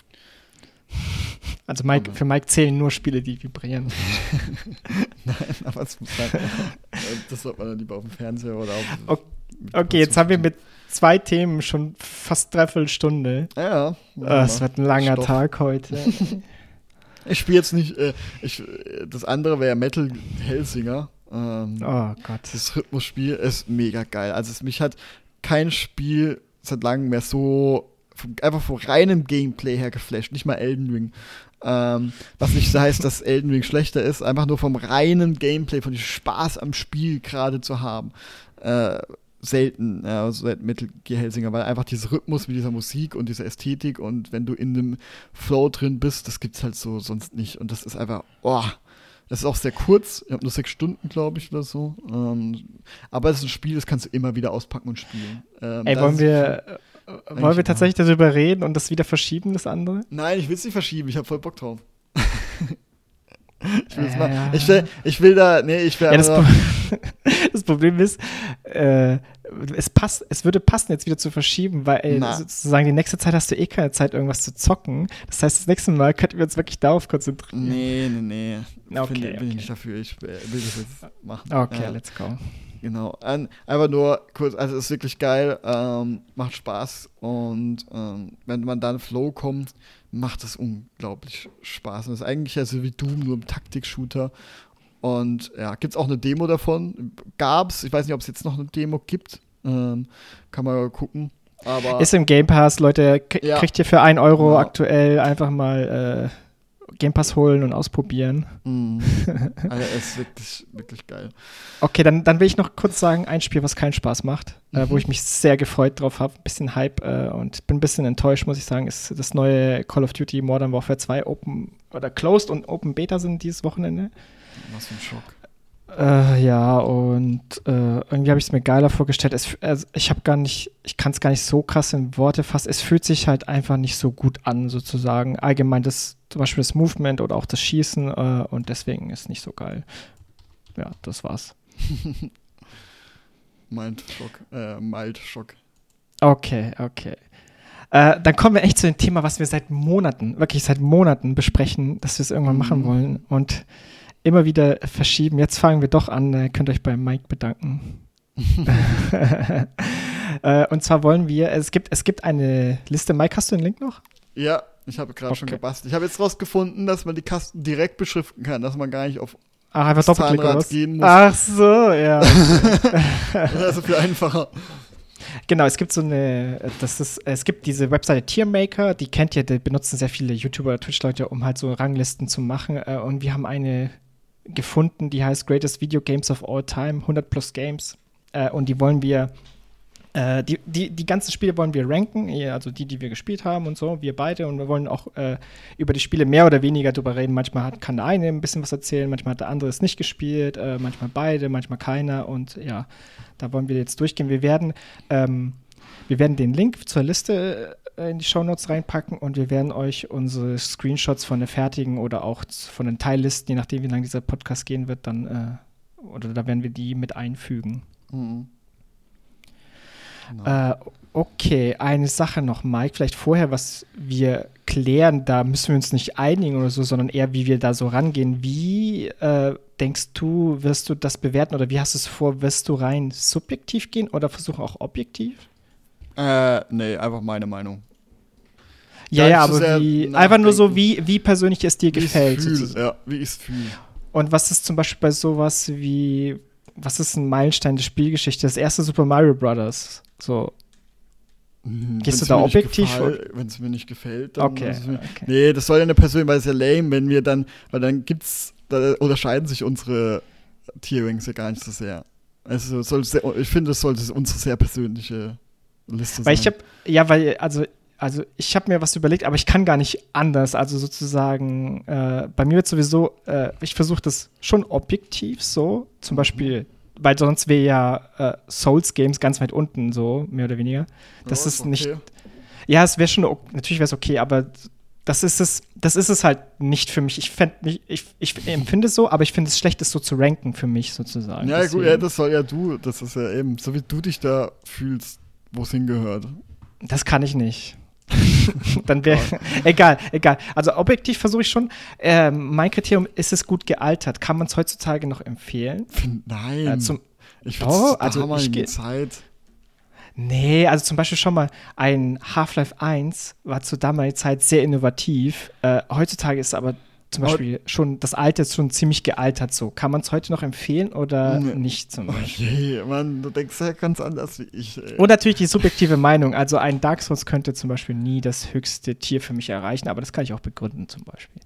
Also Mike, für Mike zählen nur Spiele, die vibrieren. Nein, aber es muss halt. äh, das sollte man dann lieber auf dem Fernseher oder auf. Okay. Okay, jetzt haben wir mit zwei Themen schon fast dreiviertel Stunde. Ja, ja. Ah, es wird ein langer Stoff. Tag heute. Ich spiele jetzt nicht. Äh, ich, äh, das andere wäre Metal Hellsinger. Ähm, Oh Gott. Das Rhythmusspiel ist mega geil. Also es, mich hat kein Spiel seit langem mehr so vom, einfach vom reinen Gameplay her geflasht. Nicht mal Elden Ring. Ähm, was nicht so heißt, dass Elden Ring schlechter ist. Einfach nur vom reinen Gameplay, von dem Spaß am Spiel gerade zu haben. Äh, selten, ja, also seit Metal Gear Hellsinger, weil einfach dieser Rhythmus mit dieser Musik und dieser Ästhetik und wenn du in dem Flow drin bist, das gibt's halt so sonst nicht. Und das ist einfach, oh, das ist auch sehr kurz, ich habe nur sechs Stunden, glaube ich, oder so. Ähm, aber es ist ein Spiel, das kannst du immer wieder auspacken und spielen. Ähm, Ey, das wollen ist- wir, äh, wollen wir egal. tatsächlich darüber reden und das wieder verschieben, das andere? Nein, ich will es nicht verschieben, ich habe voll Bock drauf. ich will es Äh, mal. Ich will, ich will da, nee, ich will Ja, das, einfach. Pro das Problem ist, äh, es passt, es würde passen, jetzt wieder zu verschieben, weil ey, Na. sozusagen die nächste Zeit hast du eh keine Zeit, irgendwas zu zocken. Das heißt, das nächste Mal könnten wir uns wirklich darauf konzentrieren. Nee, nee, nee. Okay, Bin, bin okay. ich nicht dafür, ich will will das jetzt machen. Okay, Ja. let's go. Genau. Ein, einfach nur kurz, also es ist wirklich geil, ähm, macht Spaß und ähm, wenn man dann Flow kommt, macht es unglaublich Spaß. Und das ist eigentlich also wie Doom, nur im Taktik-Shooter. Und ja, gibt es auch eine Demo davon? Gab's, ich weiß nicht, ob es jetzt noch eine Demo gibt. Ähm, kann man gucken. Aber ist im Game Pass, Leute, k- Ja. kriegt ihr für ein Euro Ja. aktuell einfach mal äh, Game Pass holen und ausprobieren. mh, also es ist wirklich, wirklich geil. Okay, dann, dann will ich noch kurz sagen, ein Spiel, was keinen Spaß macht, äh, Mhm. wo ich mich sehr gefreut drauf habe, ein bisschen Hype äh, und bin ein bisschen enttäuscht, muss ich sagen, ist das neue Call of Duty Modern Warfare zwei Open oder Closed und Open Beta sind dieses Wochenende. Was für ein Schock. Äh, ja, und äh, irgendwie habe ich es mir geiler vorgestellt. Es, f- also ich habe gar nicht, ich kann es gar nicht so krass in Worte fassen. Es fühlt sich halt einfach nicht so gut an, sozusagen. Allgemein das, zum Beispiel das Movement oder auch das Schießen äh, und deswegen ist nicht so geil. Ja, das war's. Mindschock, äh, Mildschock. Okay, okay. Äh, dann kommen wir echt zu dem Thema, was wir seit Monaten, wirklich seit Monaten besprechen, dass wir es irgendwann machen Mhm. wollen und immer wieder verschieben. Jetzt fangen wir doch an, äh, könnt euch bei Mike bedanken. äh, und zwar wollen wir, es gibt, es gibt eine Liste. Mike, hast du den Link noch? Ja, ich habe gerade schon Okay. gebastelt. Ich habe jetzt rausgefunden, dass man die Kasten direkt beschriften kann, dass man gar nicht auf Ach, einfach das Doppelklick oder Zahnrad was? gehen muss. Ach so, ja. Das ist also viel einfacher. Genau, es gibt so eine, das ist, es gibt diese Webseite Tiermaker, die kennt ihr, die benutzen sehr viele YouTuber oder Twitch-Leute, um halt so Ranglisten zu machen. äh, Und wir haben eine gefunden, die heißt Greatest Video Games of All Time, hundert plus Games. Äh, Und die wollen wir, äh, die, die, die ganzen Spiele wollen wir ranken, eh, also die, die wir gespielt haben und so, wir beide. Und wir wollen auch äh, über die Spiele mehr oder weniger drüber reden. Manchmal hat, kann der eine ein bisschen was erzählen, manchmal hat der andere es nicht gespielt, äh, manchmal beide, manchmal keiner. Und ja, da wollen wir jetzt durchgehen. Wir werden, ähm, wir werden den Link zur Liste äh, in die Shownotes reinpacken und wir werden euch unsere Screenshots von der fertigen oder auch z- von den Teillisten, je nachdem, wie lange dieser Podcast gehen wird, dann äh, oder da werden wir die mit einfügen. Mhm. Genau. Äh, okay, eine Sache noch, Mike, vielleicht vorher, was wir klären, da müssen wir uns nicht einigen oder so, sondern eher, wie wir da so rangehen. Wie äh, denkst du, wirst du das bewerten oder wie hast du es vor? Wirst du rein subjektiv gehen oder versuchen auch objektiv? Äh, nee, einfach meine Meinung. Ja, Gar ja, nicht so aber sehr wie, einfach nur so, nachdenken. wie, wie persönlich es dir Wie ich's gefällt. fühl, sozusagen. ja, wie ich es fühle. Und was ist zum Beispiel bei sowas wie, was ist ein Meilenstein der Spielgeschichte? Das erste Super Mario Brothers. So, Gehst du da objektiv Wenn es mir nicht gefällt, dann okay. ist es mir, okay. Nee, das soll ja eine Persönlichkeit, weil es ja lame, wenn wir dann, weil dann gibt's, da unterscheiden sich unsere Tierings ja gar nicht so sehr. Also soll sehr, ich finde, das sollte unsere sehr persönliche Liste Weil sein. ich habe, ja, weil, also, also ich habe mir was überlegt, aber ich kann gar nicht anders. Also sozusagen, äh, bei mir wird sowieso, äh, ich versuche das schon objektiv so, zum Beispiel, weil sonst wäre ja äh, Souls-Games ganz weit unten, so, mehr oder weniger. Das Ja, ist okay. nicht, ja, es wäre schon, o- natürlich wäre es okay, aber das ist es, das ist es halt nicht für mich. Ich, fänd mich, ich, ich empfinde es so, aber ich finde es schlecht, es so zu ranken für mich sozusagen. Ja, gut, Deswegen- ja, das soll ja du, das ist ja eben, so wie du dich da fühlst, wo es hingehört. Das kann ich nicht. Dann wäre egal, egal. Also objektiv versuche ich schon. Ähm, mein Kriterium, ist es gut gealtert? Kann man es heutzutage noch empfehlen? Find, nein. Äh, zum, ich Doch, finde also also ich ich geh- Zeit. nee, also zum Beispiel schon mal ein Half-Life eins war zur damaligen Zeit sehr innovativ. Äh, heutzutage ist aber zum Aber- Beispiel schon, das Alte ist schon ziemlich gealtert so. Kann man es heute noch empfehlen oder Nee. nicht zum Oh Beispiel? je, Mann, du denkst ja ganz anders wie ich. Ey. Und natürlich die subjektive Meinung. Also ein Dark Souls könnte zum Beispiel nie das höchste Tier für mich erreichen, aber das kann ich auch begründen zum Beispiel.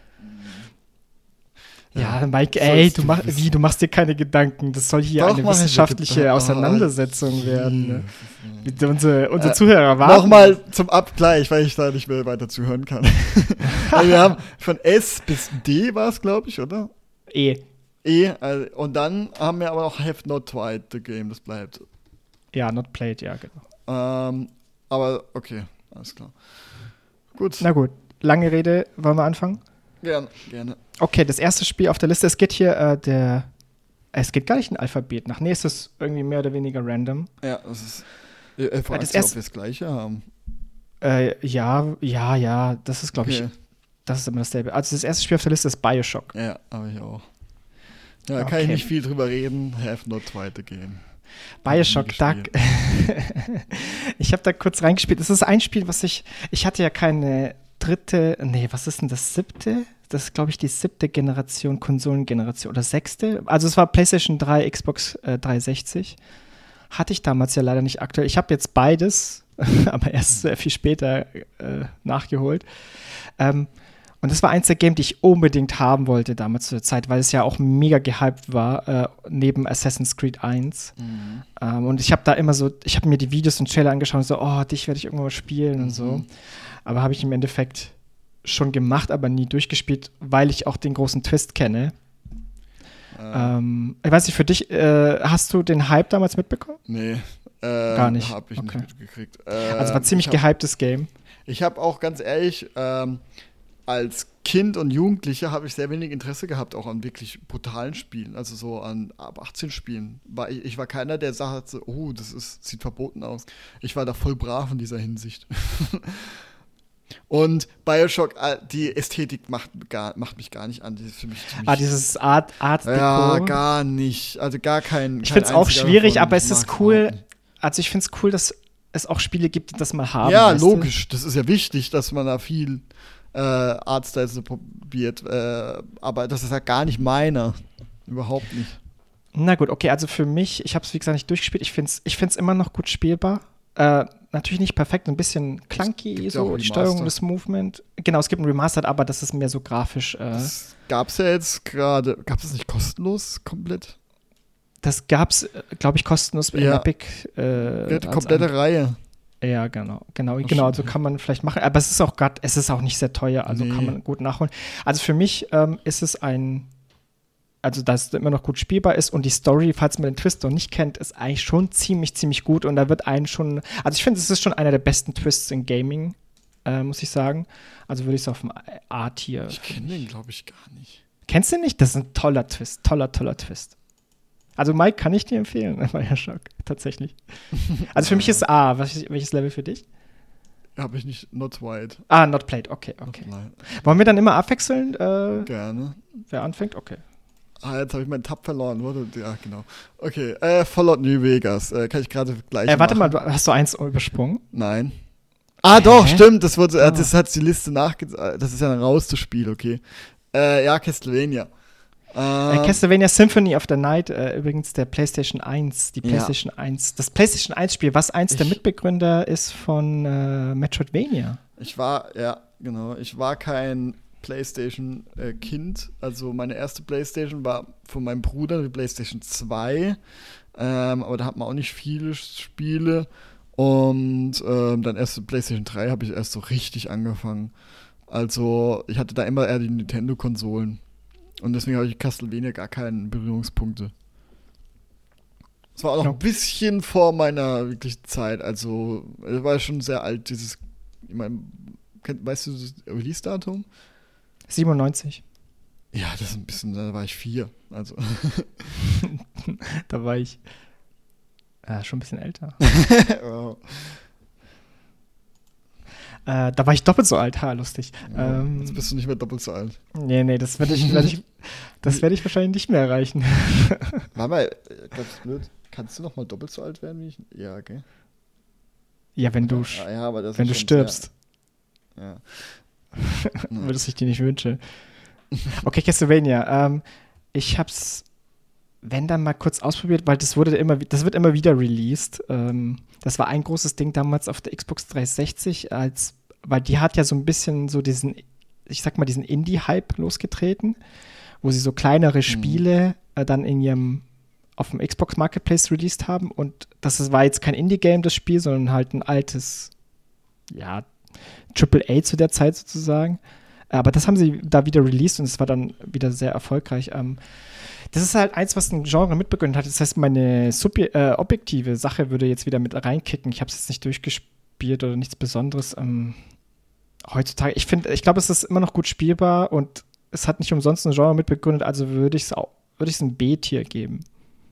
Ja, Mike, ey, sollst du, du mach, wissen. wie, du machst dir keine Gedanken. Das soll hier Doch, eine mach ich mir wissenschaftliche Gedanken. Auseinandersetzung Oh, werden. Ne? Jesus. Bitte, Unsere, unsere Äh, Zuhörer warten. Nochmal zum Abgleich, weil ich da nicht mehr weiter zuhören kann. Also wir haben von S bis D war es, glaube ich, oder? E. E. Also, und dann haben wir aber noch Have Not Tried the Game, das bleibt. Ja, not played, ja, genau. Ähm, aber okay, alles klar. Gut, Na gut, lange Rede, wollen wir anfangen? gerne, gerne. Okay, das erste Spiel auf der Liste, es geht hier äh, der, es geht gar nicht ein Alphabet nach. Nee, es ist irgendwie mehr oder weniger random. Ja, das ist. Äh, fragst das du, ob erste- wir das gleiche haben? Äh, ja, ja, ja, das ist, glaube ich, Okay. das ist immer dasselbe. Also das erste Spiel auf der Liste ist Bioshock. Ja, habe ich auch. Ja, da kann ich Okay. nicht viel drüber reden. Have Not Tried the Game. Bioshock, Nie da, gespielt. ich habe da kurz reingespielt. Das ist ein Spiel, was ich, ich hatte ja keine dritte, nee, was ist denn das siebte? Das ist, glaube ich, die siebte Generation, Konsolengeneration oder sechste. Also es war PlayStation drei, Xbox äh, dreihundertsechzig. hatte ich damals ja leider nicht aktuell. Ich habe jetzt beides, aber erst sehr viel später äh, nachgeholt. Ähm, und das war eins der Games, die ich unbedingt haben wollte damals zu der Zeit, weil es ja auch mega gehypt war, äh, neben Assassin's Creed eins. Mhm. Ähm, und ich habe da immer so, ich habe mir die Videos und Trailer angeschaut und so, oh, dich werde ich irgendwann mal spielen mhm. und so. Aber habe ich im Endeffekt schon gemacht, aber nie durchgespielt, weil ich auch den großen Twist kenne. Äh. Ähm, ich weiß nicht, für dich, äh, hast du den Hype damals mitbekommen? Nee. Äh, Gar nicht. Hab ich okay. nicht mitgekriegt. Äh, also war ziemlich hab, gehyptes Game. Ich habe auch ganz ehrlich, ähm, als Kind und Jugendlicher habe ich sehr wenig Interesse gehabt, auch an wirklich brutalen Spielen, also so an ab achtzehn Spielen. War ich, ich war keiner, der sagte, oh, das ist, sieht verboten aus. Ich war da voll brav in dieser Hinsicht. Und Bioshock, die Ästhetik macht, gar, macht mich gar nicht an. Die ist für mich ah, dieses Art, Art Deco. Ja, gar nicht. Also gar kein. Ich finde es auch schwierig, davon, aber es ist cool. Also ich finde es cool, dass es auch Spiele gibt, die das mal haben. Ja, logisch. Du? Das ist ja wichtig, dass man da viel äh, Artstyles so probiert. Äh, aber das ist ja gar nicht meiner. Überhaupt nicht. Na gut, okay. Also für mich, ich habe es wie gesagt nicht durchgespielt. Ich finde es ich find's immer noch gut spielbar. Äh, natürlich nicht perfekt, ein bisschen clunky, so die Steuerung, das Movement. Genau, es gibt ein Remastered, aber das ist mehr so grafisch. Äh, das gab's ja jetzt gerade, gab es das nicht kostenlos komplett? Das gab's, glaube ich, kostenlos bei ja. Epic. Äh, ja, die komplette ein, Reihe. Ja, genau, genau, Ach, genau. Also kann man vielleicht machen, aber es ist auch grad, es ist auch nicht sehr teuer, also nee. kann man gut nachholen. Also für mich ähm, ist es ein Also, dass es immer noch gut spielbar ist und die Story, falls man den Twist noch nicht kennt, ist eigentlich schon ziemlich, ziemlich gut und da wird einen schon, also ich finde, es ist schon einer der besten Twists in Gaming, äh, muss ich sagen. Also würde ich es auf dem A-Tier. Ich kenne den, glaube ich, gar nicht. Kennst du den nicht? Das ist ein toller Twist, toller, toller Twist. Also Mike, kann ich dir empfehlen, Bioshock, tatsächlich. Also für mich ist A, was, welches Level für dich? Habe ich nicht, not white. Ah, not played, okay, okay. Wollen wir dann immer abwechseln? Äh, Gerne. Wer anfängt? Okay. Ah, jetzt habe ich meinen Tab verloren, wurde. Ja, genau. Okay, äh, Fallout New Vegas. Äh, kann ich gerade gleich äh, Warte machen. mal, hast du eins übersprungen? Nein. Ah, Hä? Doch, stimmt. Das, wurde, oh. das hat die Liste nachge... Das ist ja ein Rauszuspiel, okay. Äh, ja, Castlevania. Ähm, äh, Castlevania Symphony of the Night, äh, übrigens der PlayStation eins, die PlayStation ja. eins. Das PlayStation eins-Spiel, was eins ich, der Mitbegründer ist von äh, Metroidvania. Ich war, ja, genau. Ich war kein PlayStation-Kind. Äh, also meine erste PlayStation war von meinem Bruder, die PlayStation zwei. Ähm, aber da hat man auch nicht viele Spiele. Und ähm, dann erst PlayStation drei habe ich erst so richtig angefangen. Also ich hatte da immer eher die Nintendo-Konsolen. Und deswegen habe ich Castlevania gar keine Berührungspunkte. Es war auch noch ja. ein bisschen vor meiner wirklichen Zeit. Also es war schon sehr alt, dieses, ich meine, weißt du das Release-Datum? siebenundneunzig. Ja, das ist ein bisschen, da war ich vier. Also. Da war ich äh, schon ein bisschen älter. Wow. Äh, da war ich doppelt so alt, ha, lustig. Ja, ähm, jetzt bist du nicht mehr doppelt so alt. Nee, nee, das werde ich, werd ich, das werd ich wahrscheinlich nicht mehr erreichen. Warte mal, ganz blöd. Kannst du noch mal doppelt so alt werden wie ich? Ja, okay. Ja, wenn du, ja, ja, aber das wenn du stirbst. Sehr, ja. Würdest ich dir nicht wünschen. Okay, Castlevania. Ähm, ich hab's, wenn dann mal kurz ausprobiert, weil das wurde immer, das wird immer wieder released. Ähm, das war ein großes Ding damals auf der Xbox dreihundertsechzig, als, weil die hat ja so ein bisschen so diesen, ich sag mal, diesen Indie-Hype losgetreten, wo sie so kleinere Spiele mhm. äh, dann in ihrem auf dem Xbox Marketplace released haben und das war jetzt kein Indie-Game, das Spiel, sondern halt ein altes, ja, Triple A zu der Zeit sozusagen. Aber das haben sie da wieder released und es war dann wieder sehr erfolgreich. Ähm, das ist halt eins, was ein Genre mitbegründet hat. Das heißt, meine subje- äh, objektive Sache würde jetzt wieder mit reinkicken. Ich habe es jetzt nicht durchgespielt oder nichts Besonderes. Ähm, heutzutage, ich finde, ich glaube, es ist immer noch gut spielbar und es hat nicht umsonst ein Genre mitbegründet, also würde ich es auch, würde ich es ein B-Tier geben.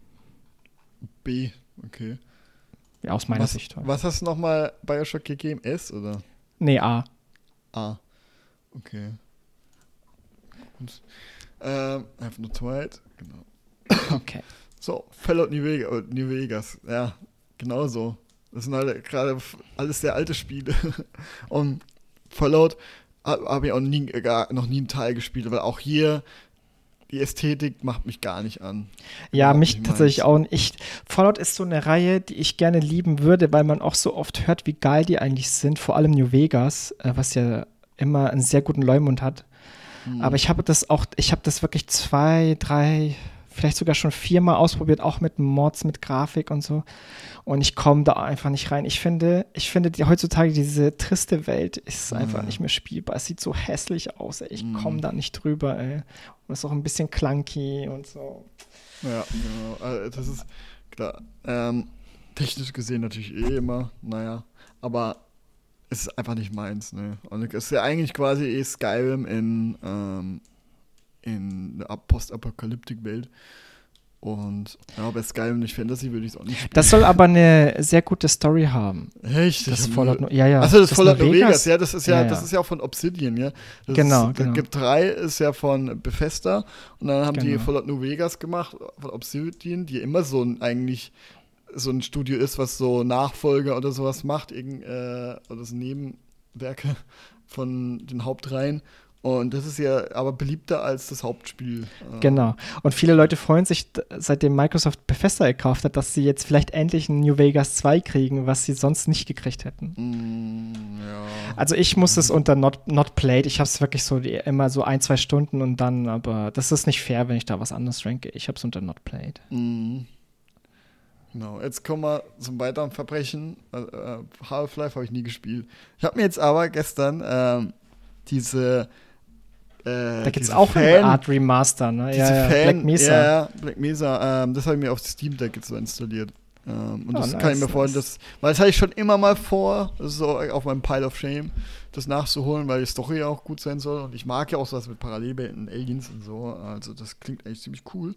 B, okay. Ja, aus meiner was, Sicht. Halt. Was hast du nochmal Bioshock gegeben? S, oder? Nee, A. A. Okay. Und, ähm, einfach nur Twilight, genau. Okay. So, Fallout New Vegas, New Vegas, ja, genau so. Das sind halt gerade alles sehr alte Spiele. Und Fallout habe ich auch nie, gar, noch nie einen Teil gespielt, weil auch hier die Ästhetik macht mich gar nicht an. Ja, Überhaupt mich nicht tatsächlich meins. auch nicht. Fallout ist so eine Reihe, die ich gerne lieben würde, weil man auch so oft hört, wie geil die eigentlich sind. Vor allem New Vegas, äh, was ja immer einen sehr guten Leumund hat. Hm. Aber ich habe das auch, ich habe das wirklich zwei, drei, vielleicht sogar schon viermal ausprobiert, auch mit Mods, mit Grafik und so. Und ich komme da einfach nicht rein. Ich finde, ich finde die, heutzutage diese triste Welt ist einfach Ah. nicht mehr spielbar. Es sieht so hässlich aus, ey. Ich Mhm. komme da nicht drüber, ey. Und ist auch ein bisschen clunky und so. Ja, genau. Also das ist klar. Ähm, technisch gesehen natürlich eh immer, naja. Aber es ist einfach nicht meins, ne? Und es ist ja eigentlich quasi eh Skyrim in, ähm, in einer Postapokalyptik-Welt. Und ja, bei Skyrim nicht Fantasy würde ich es auch nicht spielen. Das soll aber eine sehr gute Story haben. Echt? Das Ich hab Fallout, nur- ja, ja. Achso, das, ist Fallout New New Vegas, ja, das ist ja, Ja, ja. das ist ja auch von Obsidian, ja. Das Genau, ist, genau. G drei ist ja von Bethesda und dann haben die Genau. Fallout New Vegas gemacht von Obsidian, die immer so ein eigentlich so ein Studio ist, was so Nachfolger oder sowas macht, irgend, äh, oder so Nebenwerke von den Hauptreihen. Und das ist ja aber beliebter als das Hauptspiel. Äh, Genau. Und viele Leute freuen sich, d- seitdem Microsoft Bethesda gekauft hat, dass sie jetzt vielleicht endlich ein New Vegas zwei kriegen, was sie sonst nicht gekriegt hätten. Mm, ja. Also ich muss es unter Not, not Played. Ich habe es wirklich so die, immer so ein, zwei Stunden und dann, aber das ist nicht fair, wenn ich da was anderes ranke. Ich habe es unter Not Played. Mhm. Genau, jetzt kommen wir zum weiteren Verbrechen. Äh, äh, Half-Life habe ich nie gespielt. Ich habe mir jetzt aber gestern ähm, diese äh, Da gibt es diese auch Fan, eine Art Remaster, ne? diese Ja, ja. Fan, Black Mesa. Ja, ja, Black Mesa, ähm, das habe ich mir auf Steam Deck jetzt so installiert. Ähm, und Oh, das nice, kann ich mir vorstellen, nice. das, weil das hatte ich schon immer mal vor, das ist so auf meinem Pile of Shame, das nachzuholen, weil die Story auch gut sein soll. Und ich mag ja auch sowas mit Parallelwelten, Aliens und so. Also das klingt eigentlich ziemlich cool.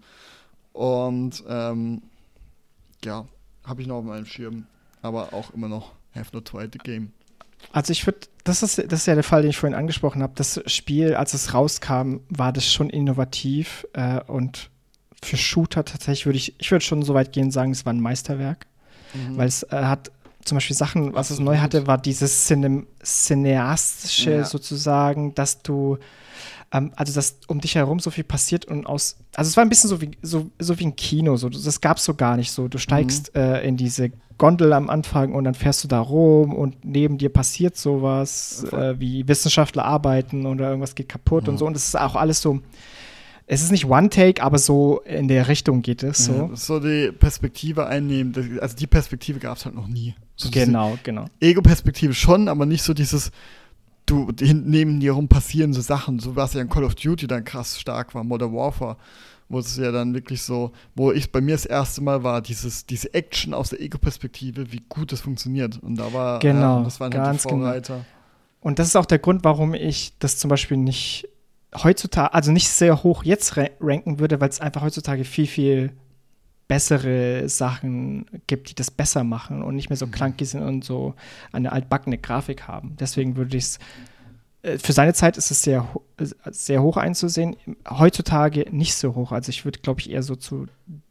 Und ähm, ja, habe ich noch auf meinem Schirm, aber auch immer noch have not tried the game. Also ich würde, das ist, das ist ja der Fall, den ich vorhin angesprochen habe. Das Spiel, als es rauskam, war das schon innovativ äh, und für Shooter tatsächlich würde ich, ich würde schon so weit gehen und sagen, es war ein Meisterwerk, Mhm. weil es äh, hat zum Beispiel Sachen, was es Absolut. neu hatte, war dieses Cine cineastische Ja. sozusagen, dass du ähm, also dass um dich herum so viel passiert und aus, also es war ein bisschen so wie so, so wie ein Kino, so das gab es so gar nicht so. Du steigst Mhm. äh, in diese Gondel am Anfang und dann fährst du da rum und neben dir passiert sowas, Voll. äh, wie Wissenschaftler arbeiten oder irgendwas geht kaputt Ja. und so. Und es ist auch alles so, es ist nicht One-Take, aber so in der Richtung geht es Ja, so. das ist so die Perspektive einnehmen. Das- Also die Perspektive gab es halt noch nie. So diese Genau, genau. Ego-Perspektive schon, aber nicht so dieses, du, hinten neben dir rum passieren so Sachen, so was ja in Call of Duty dann krass stark war, Modern Warfare, wo es ja dann wirklich so, wo ich bei mir das erste Mal war, dieses, diese Action aus der Ego-Perspektive, wie gut das funktioniert. Und da war, Genau, ja, das waren halt die ganz genau. Vorreiter. Und das ist auch der Grund, warum ich das zum Beispiel nicht heutzutage, also nicht sehr hoch jetzt ra- ranken würde, weil es einfach heutzutage viel, viel bessere Sachen gibt, die das besser machen und nicht mehr so Mhm. clunky sind und so eine altbackene Grafik haben. Deswegen würde ich es, äh, für seine Zeit ist es sehr, ho- äh, sehr hoch einzusehen. Heutzutage nicht so hoch. Also ich würde, glaube ich, eher so zu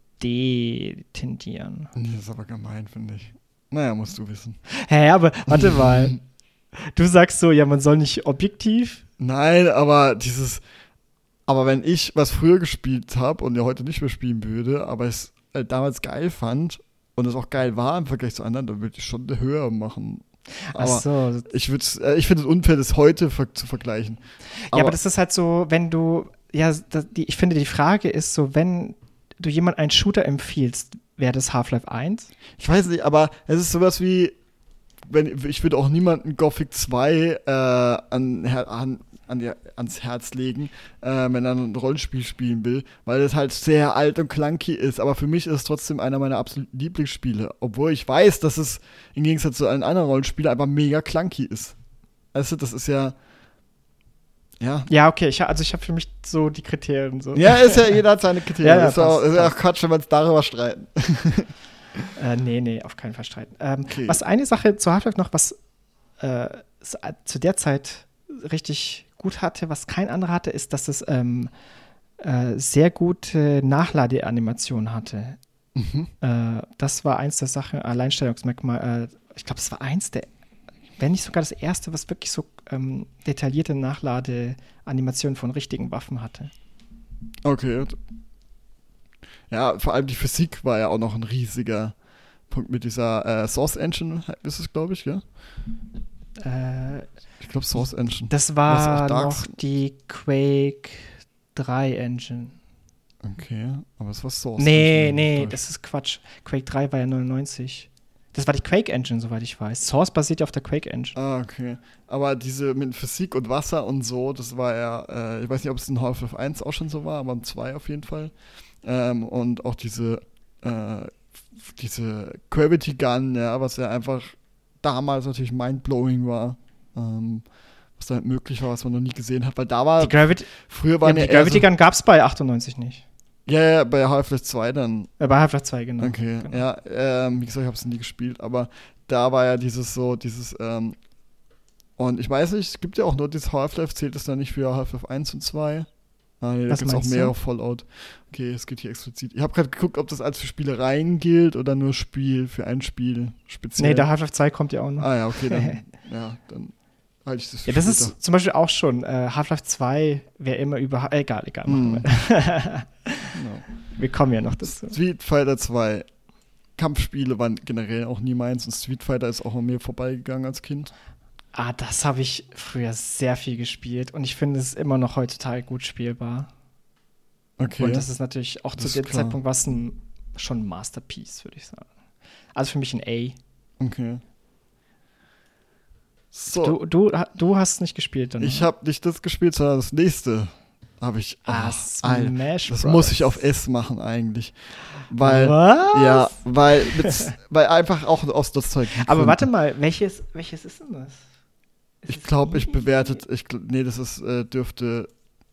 D tendieren. Nee, das ist aber gemein, finde ich. Naja, musst du wissen. Hä, aber warte mal. Du sagst so, ja, man soll nicht objektiv. Nein, aber dieses, aber wenn ich was früher gespielt habe und ja heute nicht mehr spielen würde, aber es äh, damals geil fand und es auch geil war im Vergleich zu anderen, dann würde ich schon höher machen. Ach Aber so. ich würde, äh, ich finde es unfair, das heute ver zu vergleichen. Ja, aber das ist halt so, wenn du, ja, das, die, ich finde, die Frage ist so, wenn du jemand einen Shooter empfiehlst, wäre das Half-Life eins? ich weiß nicht, aber es ist sowas wie, wenn ich würde auch niemanden Gothic zwei äh, an, an, an die, ans Herz legen, äh, wenn er ein Rollenspiel spielen will, weil es halt sehr alt und clunky ist. Aber für mich ist es trotzdem einer meiner absoluten Lieblingsspiele, obwohl ich weiß, dass es im Gegensatz zu allen anderen Rollenspielen einfach mega clunky ist. Weißt du, das ist ja ja. Ja, okay, ich, ha- also ich habe für mich so die Kriterien. So. Ja, ist ja, jeder hat seine Kriterien. Ja, ja, ist auch, passt, ist ja auch passt. Quatsch, wenn wir uns darüber streiten. Äh, nee, nee, auf keinen Fall streiten. Ähm, Okay. Was eine Sache zu Half-Life noch, was äh, s- äh, zu der Zeit richtig gut hatte, was kein anderer hatte, ist, dass es ähm, äh, sehr gute Nachladeanimationen hatte. Mhm. Äh, das war eins der Sachen, Alleinstellungsmerkmal. Äh, ich glaube, das war eins der, wenn nicht sogar das erste, was wirklich so ähm, detaillierte Nachladeanimationen von richtigen Waffen hatte. Okay. Ja, vor allem die Physik war ja auch noch ein riesiger Punkt mit dieser äh, Source Engine, ist es, glaube ich, ja? Äh, ich glaube Source Engine. Das war noch noch die Quake drei Engine. Okay, aber es war Source nee, Engine. Nee, nee, das ist Quatsch. Quake drei war ja neunundneunzig. Das war die Quake Engine, soweit ich weiß. Source basiert ja auf der Quake Engine. Ah, okay. Aber diese mit Physik und Wasser und so, das war ja, äh, ich weiß nicht, ob es in Half-Life eins auch schon so war, aber in zwei auf jeden Fall. Ähm, und auch diese, äh, diese Gravity Gun, ja, was ja einfach damals natürlich mindblowing war. Ähm, was da halt möglich war, was man noch nie gesehen hat. Weil da war, die Gravity, früher waren ja, ja die Gravity so, Gun gab es bei achtundneunzig nicht. Ja, ja, bei Half-Life zwei dann. Äh, bei Half-Life zwei, genau. Okay, genau. ja, ähm, wie gesagt, ich habe es nie gespielt, aber da war ja dieses so, dieses, ähm, und ich weiß nicht, es gibt ja auch nur dieses Half-Life, zählt das dann nicht für Half-Life eins und zwei? Ah, nee, da gibt es auch mehrere Fallout. Okay, es geht hier explizit. Ich habe gerade geguckt, ob das als für Spielereien gilt oder nur Spiel, für ein Spiel speziell. Nee, der Half-Life zwei kommt ja auch noch. Ah ja, okay, dann, ja, dann halte ich das für Ja, das später. ist zum Beispiel auch schon, äh, Half-Life zwei wäre immer über, äh, egal, egal, machen Mm. wir. Genau. Wir kommen ja noch dazu. Street Fighter zwei. Kampfspiele waren generell auch nie meins und Street Fighter ist auch an mir vorbeigegangen als Kind. Ah, das habe ich früher sehr viel gespielt und ich finde es immer noch heutzutage gut spielbar. Okay. Und das ist natürlich auch Das zu dem ist klar. Zeitpunkt was ein, schon ein Masterpiece, würde ich sagen. Also für mich ein A. Okay. So. Du, du, du hast nicht gespielt dann? Ich habe nicht das gespielt, sondern das nächste habe ich. Ah, oh, Alter, Smash das Bros. muss ich auf S machen eigentlich. Weil, Was? ja, weil, mit, weil einfach auch aus das Zeug. Aber warte mal, welches, welches ist denn das? Ist Ich es glaube, ich Easy? bewertet, ich, gl- nee, das ist, äh, dürfte,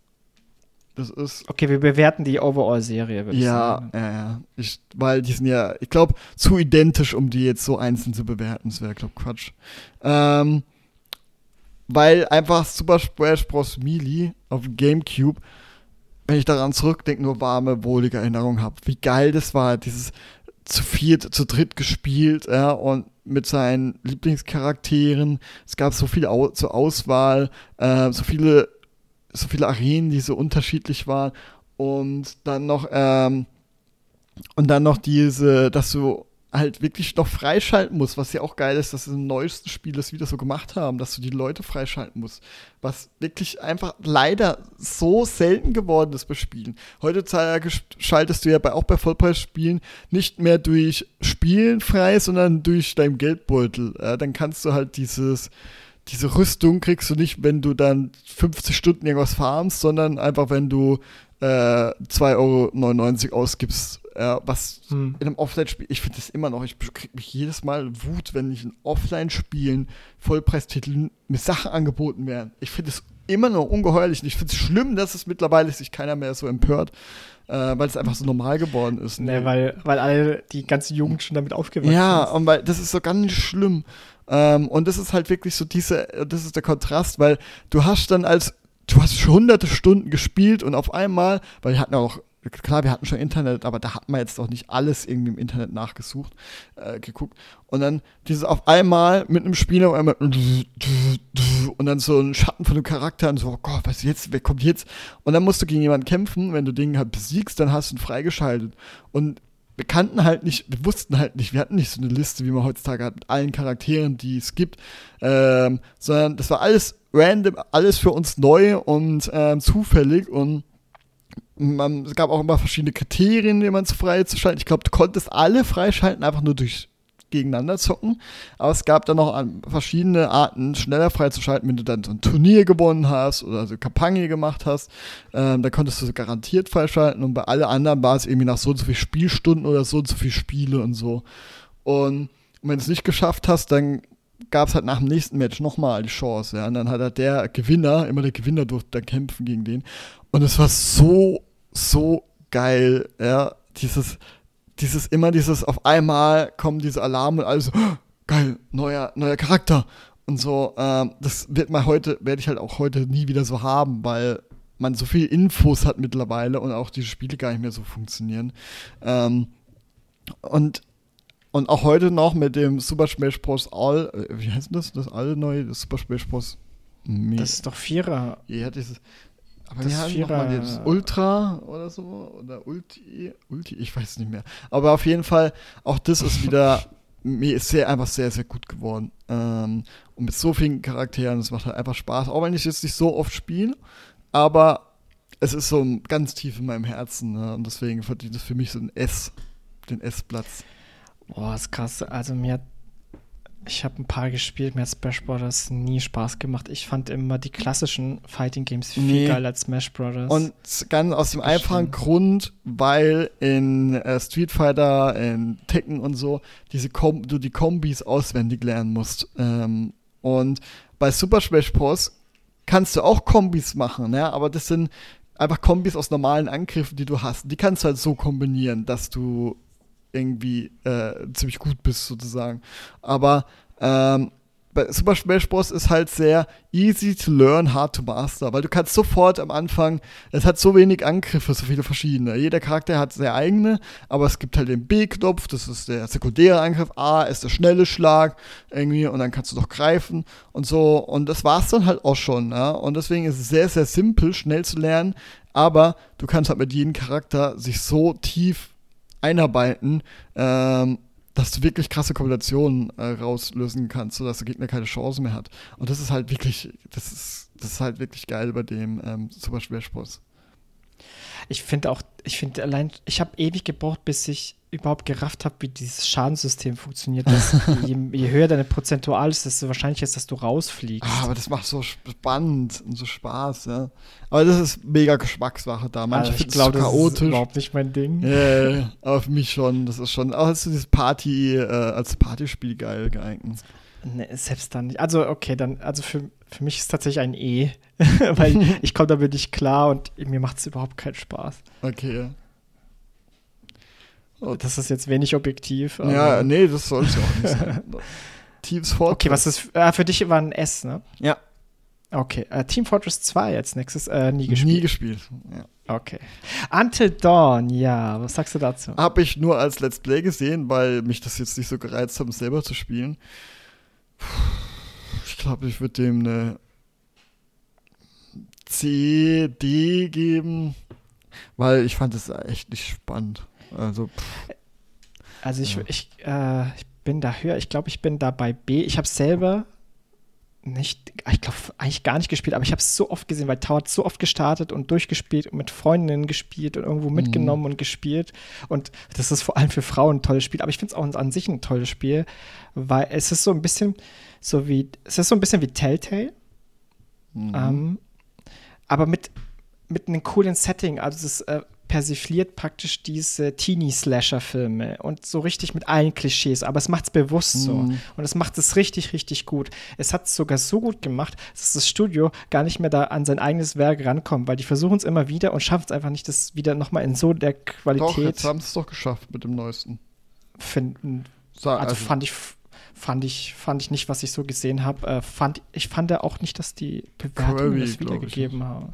das ist, Okay, wir bewerten die Overall-Serie, würde ich ja, sagen. ja, ja, ich, weil die sind ja, ich glaube, zu identisch, um die jetzt so einzeln zu bewerten, das wäre, glaube ich, Quatsch. Ähm, weil einfach Super Smash Bros. Melee auf dem Gamecube, wenn ich daran zurückdenke, nur warme, wohlige Erinnerungen habe. Wie geil das war, dieses zu viert, zu dritt gespielt, ja, und mit seinen Lieblingscharakteren. Es gab so viel Au- zur Auswahl, äh, so viele, so viele Arenen, die so unterschiedlich waren. Und dann noch, ähm, und dann noch diese, dass du halt wirklich noch freischalten musst, was ja auch geil ist, dass es im neuesten Spiel das wieder so gemacht haben, dass du die Leute freischalten musst. Was wirklich einfach leider so selten geworden ist bei Spielen. Heutzutage schaltest du ja bei, auch bei Vollpreisspielen nicht mehr durch Spielen frei, sondern durch deinen Geldbeutel. Ja, dann kannst du halt dieses, diese Rüstung kriegst du nicht, wenn du dann fünfzig Stunden irgendwas farmst, sondern einfach, wenn du äh, zwei Euro neunundneunzig ausgibst. Ja, was Hm. in einem Offline-Spiel, ich finde das immer noch, ich kriege mich jedes Mal Wut, wenn ich in Offline-Spielen, Vollpreistiteln mir Sachen angeboten werden. Ich finde es immer noch ungeheuerlich und ich finde es schlimm, dass es mittlerweile sich keiner mehr so empört, äh, weil es einfach so normal geworden ist. Nee, weil, weil alle, die ganze Jugend schon damit aufgewachsen Ja, ist. und weil das ist so ganz schlimm. Ähm, und das ist halt wirklich so diese, das ist der Kontrast, weil du hast dann als, du hast schon hunderte Stunden gespielt und auf einmal, weil wir hatten auch, klar, wir hatten schon Internet, aber da hat man jetzt auch nicht alles irgendwie im Internet nachgesucht, äh, geguckt. Und dann dieses auf einmal mit einem Spiel auf einmal und dann so ein Schatten von dem Charakter und so, oh Gott, was ist jetzt, wer kommt jetzt? Und dann musst du gegen jemanden kämpfen, wenn du den halt besiegst, dann hast du ihn freigeschaltet. Und wir kannten halt nicht, wir wussten halt nicht, wir hatten nicht so eine Liste, wie man heutzutage hat, mit allen Charakteren, die es gibt, ähm, sondern das war alles random, alles für uns neu und ähm, zufällig und man, es gab auch immer verschiedene Kriterien, die man zu freizuschalten. Ich glaube, du konntest alle freischalten, einfach nur durch gegeneinander zocken. Aber es gab dann noch an, verschiedene Arten, schneller freizuschalten, wenn du dann so ein Turnier gewonnen hast oder so eine Kampagne gemacht hast. Ähm, da konntest du so garantiert freischalten und bei allen anderen war es irgendwie nach so und so viel Spielstunden oder so und so viel Spiele und so. Und, und wenn du es nicht geschafft hast, dann gab es halt nach dem nächsten Match nochmal die Chance. Ja? Und dann hat halt der Gewinner, immer der Gewinner durfte dann kämpfen gegen den. Und es war so, so geil, ja, dieses, dieses, immer dieses, auf einmal kommen diese Alarme und alles so, oh, geil, neuer, neuer Charakter und so, ähm, das wird man heute, werde ich halt auch heute nie wieder so haben, weil man so viel Infos hat mittlerweile und auch diese Spiele gar nicht mehr so funktionieren. Ähm, und und auch heute noch mit dem Super Smash Bros. All, äh, wie heißt denn das, das alle neue, das Super Smash Bros. Das ist doch Vierer. Ja, dieses Aber das wir haben Vierer- nochmal das Ultra oder so. Oder Ulti. Ulti, ich weiß es nicht mehr. Aber auf jeden Fall, auch das ist wieder. Mir ist sehr, einfach sehr, sehr gut geworden. Ähm, und mit so vielen Charakteren, es macht halt einfach Spaß. Auch wenn ich jetzt nicht so oft spiele. Aber es ist so ganz tief in meinem Herzen. Ne? Und deswegen verdient es für mich so ein S. Den S-Platz. Boah, ist krass. Also mir hat, ich habe ein paar gespielt, mir hat Smash Bros. Nie Spaß gemacht. Ich fand immer die klassischen Fighting Games viel Nee. geiler als Smash Bros. Und ganz aus dem Das einfachen stimmt. Grund, weil in äh, Street Fighter, in Tekken und so, diese Kom- du die Kombis auswendig lernen musst. Ähm, und bei Super Smash Bros. Kannst du auch Kombis machen, ne? Aber das sind einfach Kombis aus normalen Angriffen, die du hast. Die kannst du halt so kombinieren, dass du irgendwie äh, ziemlich gut bist, sozusagen. Aber ähm, bei Super Smash Bros. Ist halt sehr easy to learn, hard to master, weil du kannst sofort am Anfang, es hat so wenig Angriffe, so viele verschiedene. Jeder Charakter hat seine eigene, aber es gibt halt den B-Knopf, das ist der sekundäre Angriff, A ist der schnelle Schlag irgendwie und dann kannst du doch greifen und so und das war's dann halt auch schon, ja? Und deswegen ist es sehr, sehr simpel, schnell zu lernen, aber du kannst halt mit jedem Charakter sich so tief einarbeiten, ähm, dass du wirklich krasse Kombinationen äh, rauslösen kannst, sodass der Gegner keine Chance mehr hat. Und das ist halt wirklich, das ist, das ist halt wirklich geil bei dem ähm, Super Smash Bros. Ich finde auch, ich finde allein, ich habe ewig gebraucht, bis ich überhaupt gerafft habe, wie dieses Schadensystem funktioniert. Dass je, je höher deine Prozentual ist, desto wahrscheinlicher ist, dass du rausfliegst. Ah, aber das macht so spannend und so Spaß, ja. Aber das ist mega Geschmackssache da. Manche Also ich finden es glaube, so das ist chaotisch. überhaupt nicht mein Ding. Ja, ja, aber für mich schon. Das ist schon, auch als dieses Party, äh, als Partyspiel geil geeignet. Nee, selbst dann nicht. Also, okay, dann, also für, für mich ist es tatsächlich ein E, weil ich komme damit nicht klar und mir macht es überhaupt keinen Spaß. Okay. Das ist jetzt wenig objektiv. aber- Ja, nee, das soll es ja auch nicht sein. Teams Fortress. Okay, was ist, äh, für dich war ein S, ne? Ja. Okay, äh, Team Fortress zwei als nächstes, äh, nie gespielt. Nie gespielt. Ja. Okay. Until Dawn, ja, was sagst du dazu? Habe ich nur als Let's Play gesehen, weil mich das jetzt nicht so gereizt hat, selber zu spielen. Ich glaube, ich würde dem eine C, D geben, weil ich fand es echt nicht spannend. Also, pff. Also ich, Ja. ich, äh, ich bin da höher, ich glaube, ich bin da bei B. Ich habe selber nicht, ich glaube, eigentlich gar nicht gespielt, aber ich habe es so oft gesehen, weil Tau hat so oft gestartet und durchgespielt und mit Freundinnen gespielt und irgendwo mitgenommen und gespielt. Und das ist vor allem für Frauen ein tolles Spiel, aber ich finde es auch an sich ein tolles Spiel, weil es ist so ein bisschen so wie, es ist so ein bisschen wie Telltale, Mhm. ähm, aber mit, mit einem coolen Setting. Also es äh, persifliert praktisch diese Teenie-Slasher-Filme und so richtig mit allen Klischees, aber es macht es bewusst so. Mhm. Und es macht es richtig, richtig gut. Es hat es sogar so gut gemacht, dass das Studio gar nicht mehr da an sein eigenes Werk rankommt, weil die versuchen es immer wieder und schaffen es einfach nicht, das wieder nochmal in so der Doch, Qualität jetzt haben sie es doch geschafft mit dem neuesten. finden. Sa- Also, fand ich fand ich fand ich nicht, was ich so gesehen habe. Äh, fand ich fand ja auch nicht, dass die Bewertungen Query, das glaub ich, wiedergegeben haben.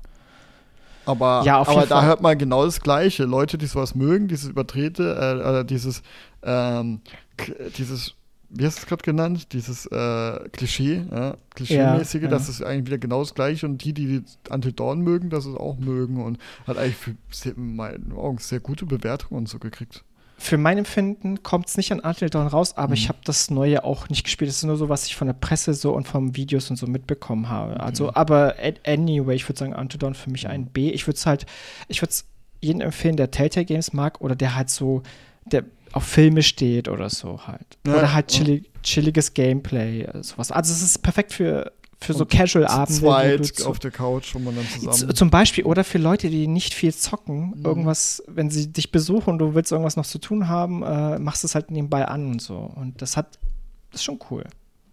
Aber, Ja, auf aber jeden da Fall. hört man genau das Gleiche. Leute, die sowas mögen, dieses Übertrete, äh, äh, dieses, ähm, k- dieses, wie hast du es gerade genannt? Dieses äh, Klischee, ja? Klischee-mäßige, Ja, ja. das ist eigentlich wieder genau das Gleiche. Und die, die die Until Dawn mögen, das ist auch mögen. Und hat eigentlich für sehr, in meinen Augen sehr gute Bewertungen und so gekriegt. Für mein Empfinden kommt es nicht an Until Dawn raus, aber Mhm. ich habe das Neue auch nicht gespielt. Das ist nur so, was ich von der Presse so und von Videos und so mitbekommen habe. Also, aber a- anyway, ich würde sagen, Until Dawn für mich ein B. Ich würde es halt, ich würde es jedem empfehlen, der Telltale Games mag oder der halt so, der auf Filme steht oder so halt. Ja, oder halt ja. chillig, chilliges Gameplay, äh, sowas. Also es ist perfekt für, für so Und Casual-Abende. Zu wo zweit du zu- auf der Couch, wo man dann zusammen. Z- Zum Beispiel, oder für Leute, die nicht viel zocken, Mhm. irgendwas, wenn sie dich besuchen und du willst irgendwas noch zu tun haben, äh, machst du es halt nebenbei an und so. Und das hat, das ist schon cool.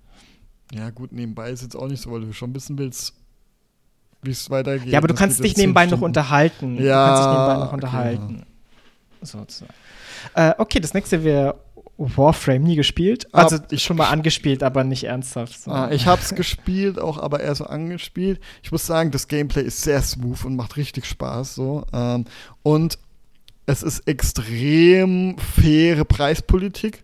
Ja, gut, nebenbei ist jetzt auch nicht so, weil du schon wissen willst, wie es weitergeht. Ja, aber du Das kannst geht dich jetzt zehn nebenbei noch Stunden. unterhalten. Ja, du kannst dich nebenbei noch okay, unterhalten. Sozusagen. Äh, okay, das nächste wäre Warframe, nie gespielt. Hab Also ich schon mal angespielt, aber nicht ernsthaft. So. Ah, ich hab's gespielt, auch aber eher so angespielt. Ich muss sagen, das Gameplay ist sehr smooth und macht richtig Spaß. So. Ähm, und es ist extrem faire Preispolitik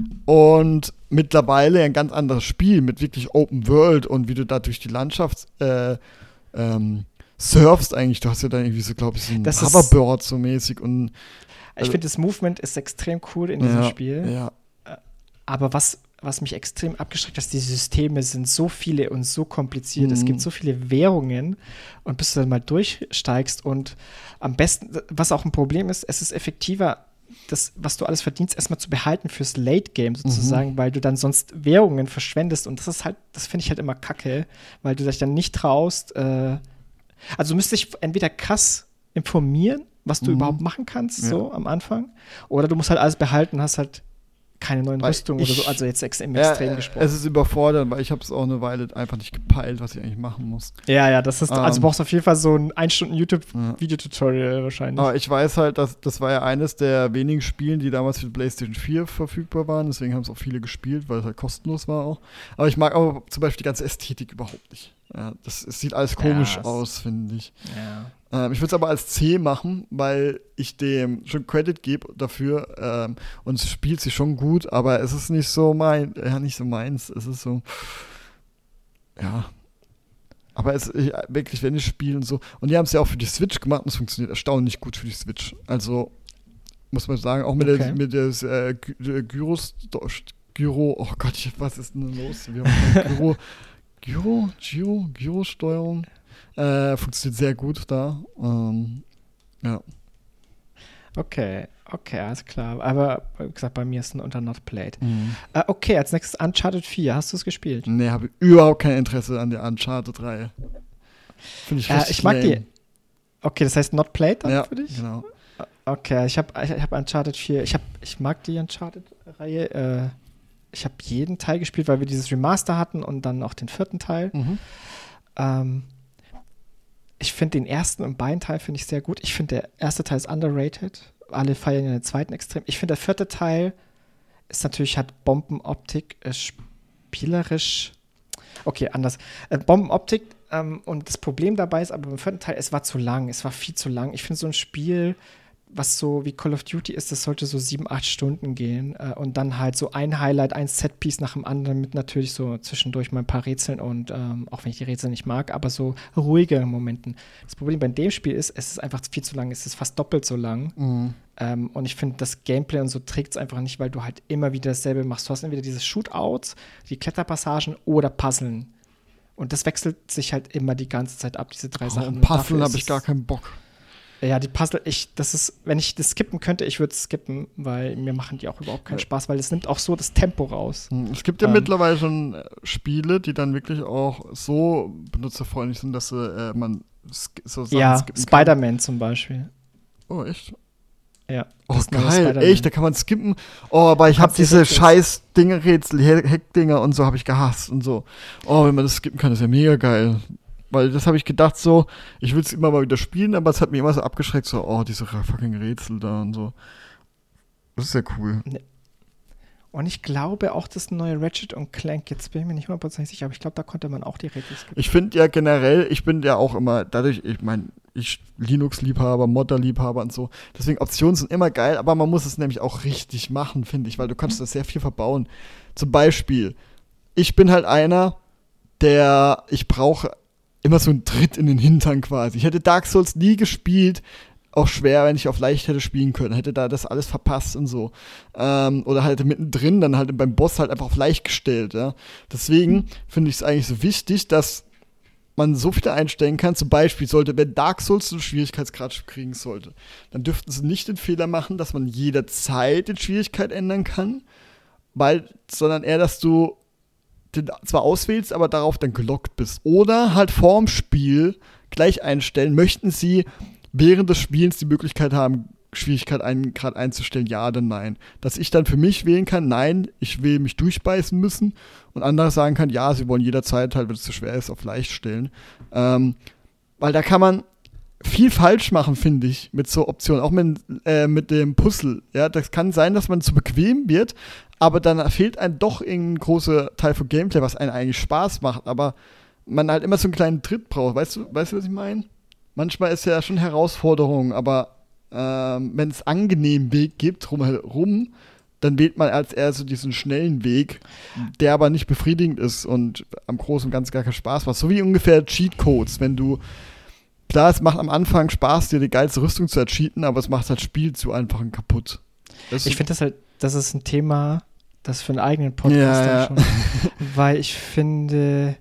und mittlerweile ein ganz anderes Spiel mit wirklich Open World und wie du da durch die Landschaft äh, ähm, surfst eigentlich. Du hast ja dann irgendwie so, glaube ich, so ein Das ist- Hoverboard so mäßig und Ich Also- finde, das Movement ist extrem cool in diesem ja, Spiel. Ja. Aber was, was mich extrem abgeschreckt hat, die Systeme sind so viele und so kompliziert. Es Mhm. gibt so viele Währungen. Und bis du dann mal durchsteigst und am besten, was auch ein Problem ist, es ist effektiver, das, was du alles verdienst, erstmal zu behalten fürs Late Game sozusagen, Mhm. weil du dann sonst Währungen verschwendest. Und das ist halt, das finde ich halt immer kacke, weil du dich dann nicht traust. Äh, also du müsstest dich entweder krass informieren, was du Mhm. überhaupt machen kannst, Ja. so am Anfang. Oder du musst halt alles behalten und hast halt keine neuen Weil Rüstungen oder ich- so. Also jetzt ex im Ja, Extrem äh, gesprochen. es ist überfordert, weil ich habe es auch eine Weile einfach nicht gepeilt, was ich eigentlich machen muss. Ja, ja, das ist, also Ähm, brauchst du auf jeden Fall so ein ein Stunden Ja. YouTube-Video-Tutorial wahrscheinlich. Aber ich weiß halt, dass das war ja eines der wenigen Spiele, die damals für die PlayStation vier verfügbar waren. Deswegen haben es auch viele gespielt, weil es halt kostenlos war auch. Aber ich mag auch zum Beispiel die ganze Ästhetik überhaupt nicht. Ja, das, es sieht alles komisch Ja, es- aus, finde ich. Ja. Ähm, ich würde es aber als C machen, weil ich dem schon Credit gebe dafür. Ähm, und es spielt sich schon gut, aber es ist nicht so mein, ja, nicht so meins. Es ist so, ja. Aber es ich, wirklich, wenn ich spiele und so. Und die haben es ja auch für die Switch gemacht und es funktioniert erstaunlich gut für die Switch. Also, muss man sagen, auch mit Okay. der, mit der äh, Gy- äh, Gyros, Gyro, oh Gott, ich, was ist denn los? Wir haben Gyro, Gyro, Gyro, Gyro-Steuerung. Äh, funktioniert sehr gut da. Ähm, ja. Okay, okay, alles klar. Aber wie gesagt, bei mir ist ein unter Not Played. Äh, okay, als nächstes Uncharted vier. Hast du es gespielt? Nee, habe überhaupt kein Interesse an der Uncharted-Reihe. Finde ich Äh, richtig ich mag lame. die. Okay, das heißt Not Played dann Ja, für dich? genau. Okay, ich habe ich hab Uncharted vier. Ich, hab, ich mag die Uncharted-Reihe. Äh, ich habe jeden Teil gespielt, weil wir dieses Remaster hatten und dann auch den vierten Teil. Mhm. Ähm, ich finde den ersten und beiden Teil finde ich sehr gut. Ich finde, der erste Teil ist underrated. Alle feiern ja den zweiten extrem. Ich finde, der vierte Teil ist natürlich, hat Bombenoptik, äh, spielerisch. Okay, anders. Äh, Bombenoptik ähm, und das Problem dabei ist aber beim vierten Teil, es war zu lang. Es war viel zu lang. Ich finde, so ein Spiel, was so wie Call of Duty ist, das sollte so sieben, acht Stunden gehen äh, und dann halt so ein Highlight, ein Setpiece nach dem anderen mit natürlich so zwischendurch mal ein paar Rätseln und ähm, auch wenn ich die Rätsel nicht mag, aber so ruhige Momenten. Das Problem bei dem Spiel ist, es ist einfach viel zu lang, es ist fast doppelt so lang Mhm. ähm, und ich finde, das Gameplay und so trägt es einfach nicht, weil du halt immer wieder dasselbe machst. Du hast entweder diese Shootouts, die Kletterpassagen oder Puzzeln und das wechselt sich halt immer die ganze Zeit ab, diese drei Oh, Sachen. und Und Puzzeln dafür habe ist ich es- gar keinen Bock. Ja, die Puzzle, ich, das ist, wenn ich das skippen könnte, ich würde es skippen, weil mir machen die auch überhaupt keinen Ja. Spaß, weil es nimmt auch so das Tempo raus. Mhm. Es gibt ja Ähm. mittlerweile schon äh, Spiele, die dann wirklich auch so benutzerfreundlich sind, dass äh, man sk- so Sachen Ja, skippen kann. Spider-Man zum Beispiel. Oh, echt? Ja. Oh, das neue geil, Spider-Man. echt, da kann man skippen. Oh, aber ich habe Kannst du diese wirklich- scheiß Dinge, Rätsel, He- Heckdinger und so habe ich gehasst und so. Oh, wenn man das skippen kann, ist ja mega geil. Weil das habe ich gedacht so, ich will es immer mal wieder spielen, aber es hat mich immer so abgeschreckt, so, oh, diese fucking Rätsel da und so. Das ist ja cool. Und ich glaube auch, das neue Ratchet und Clank, jetzt bin ich mir nicht hundertprozentig sicher, aber ich glaube, da konnte man auch die Rätsel skippen. Ich finde ja generell, ich bin ja auch immer, dadurch, ich meine, ich Linux-Liebhaber, Modder-Liebhaber und so, deswegen Optionen sind immer geil, aber man muss es nämlich auch richtig machen, finde ich, weil du kannst da sehr viel verbauen. Zum Beispiel, ich bin halt einer, der, ich brauche immer so einen Tritt in den Hintern quasi. Ich hätte Dark Souls nie gespielt, auch schwer, wenn ich auf leicht hätte spielen können, hätte da das alles verpasst und so. Ähm, oder halt mittendrin dann halt beim Boss halt einfach auf leicht gestellt, ja. Deswegen finde ich es eigentlich so wichtig, dass man so viel einstellen kann. Zum Beispiel sollte, wenn Dark Souls einen Schwierigkeitsgrad kriegen sollte, dann dürften sie nicht den Fehler machen, dass man jederzeit den Schwierigkeit ändern kann, weil, sondern eher, dass du den zwar auswählst, aber darauf dann gelockt bist. Oder halt vorm Spiel gleich einstellen, möchten sie während des Spielens die Möglichkeit haben, Schwierigkeit ein, Grad einzustellen, ja oder nein. Dass ich dann für mich wählen kann, nein, ich will mich durchbeißen müssen und andere sagen kann, ja, sie wollen jederzeit halt, wenn es zu schwer ist, auf leicht stellen. Ähm, weil da kann man viel falsch machen, finde ich, mit so Optionen, auch mit, äh, mit dem Puzzle. Ja, das kann sein, dass man zu bequem wird, aber dann fehlt einem doch irgendein großer Teil von Gameplay, was einen eigentlich Spaß macht, aber man halt immer so einen kleinen Tritt braucht. Weißt du, weißt du, was ich meine? Manchmal ist ja schon Herausforderung, aber ähm, wenn es angenehmen Weg gibt, drumherum, dann wählt man als eher so diesen schnellen Weg, der aber nicht befriedigend ist und am Großen und Ganzen gar keinen Spaß macht. So wie ungefähr Cheatcodes, wenn du klar, es macht am Anfang Spaß, dir die geilste Rüstung zu ercheaten, aber es macht halt Spiel zu einfach und kaputt. Weißt du? Ich finde das halt, das ist ein Thema, das für einen eigenen Podcast ja, dann ja. schon. Weil ich finde,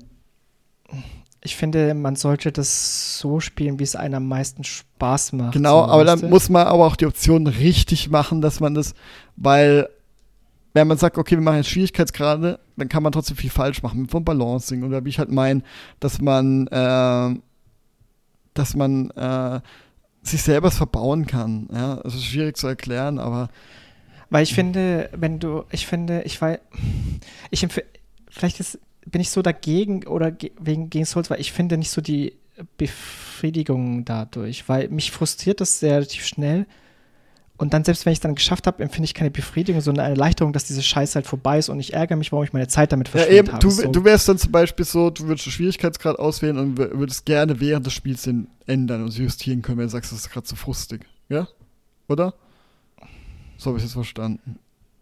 ich finde, man sollte das so spielen, wie es einem am meisten Spaß macht. Genau, so, aber weißt dann du? muss man aber auch die Option richtig machen, dass man das, weil wenn man sagt, okay, wir machen jetzt Schwierigkeitsgrade, dann kann man trotzdem viel falsch machen vom Balancing oder wie ich halt meine, dass man äh, dass man äh, sich selber verbauen kann. Ja, das ist schwierig zu erklären, aber Weil ich finde, wenn du, ich finde, ich weiß, ich empfehle, vielleicht ist, bin ich so dagegen oder ge wegen gegen Souls, weil ich finde nicht so die Befriedigung dadurch, weil mich frustriert das sehr relativ schnell. Und dann, selbst wenn ich es dann geschafft habe, empfinde ich keine Befriedigung, sondern eine Erleichterung, dass diese Scheiße halt vorbei ist und ich ärgere mich, warum ich meine Zeit damit ja, verschwendet eben, habe. du, So. du wärst dann zum Beispiel so, du würdest den Schwierigkeitsgrad auswählen und würdest gerne während des Spiels den ändern und justieren können, wenn du sagst, das ist gerade zu frustig. Ja? Oder? So habe ich es verstanden.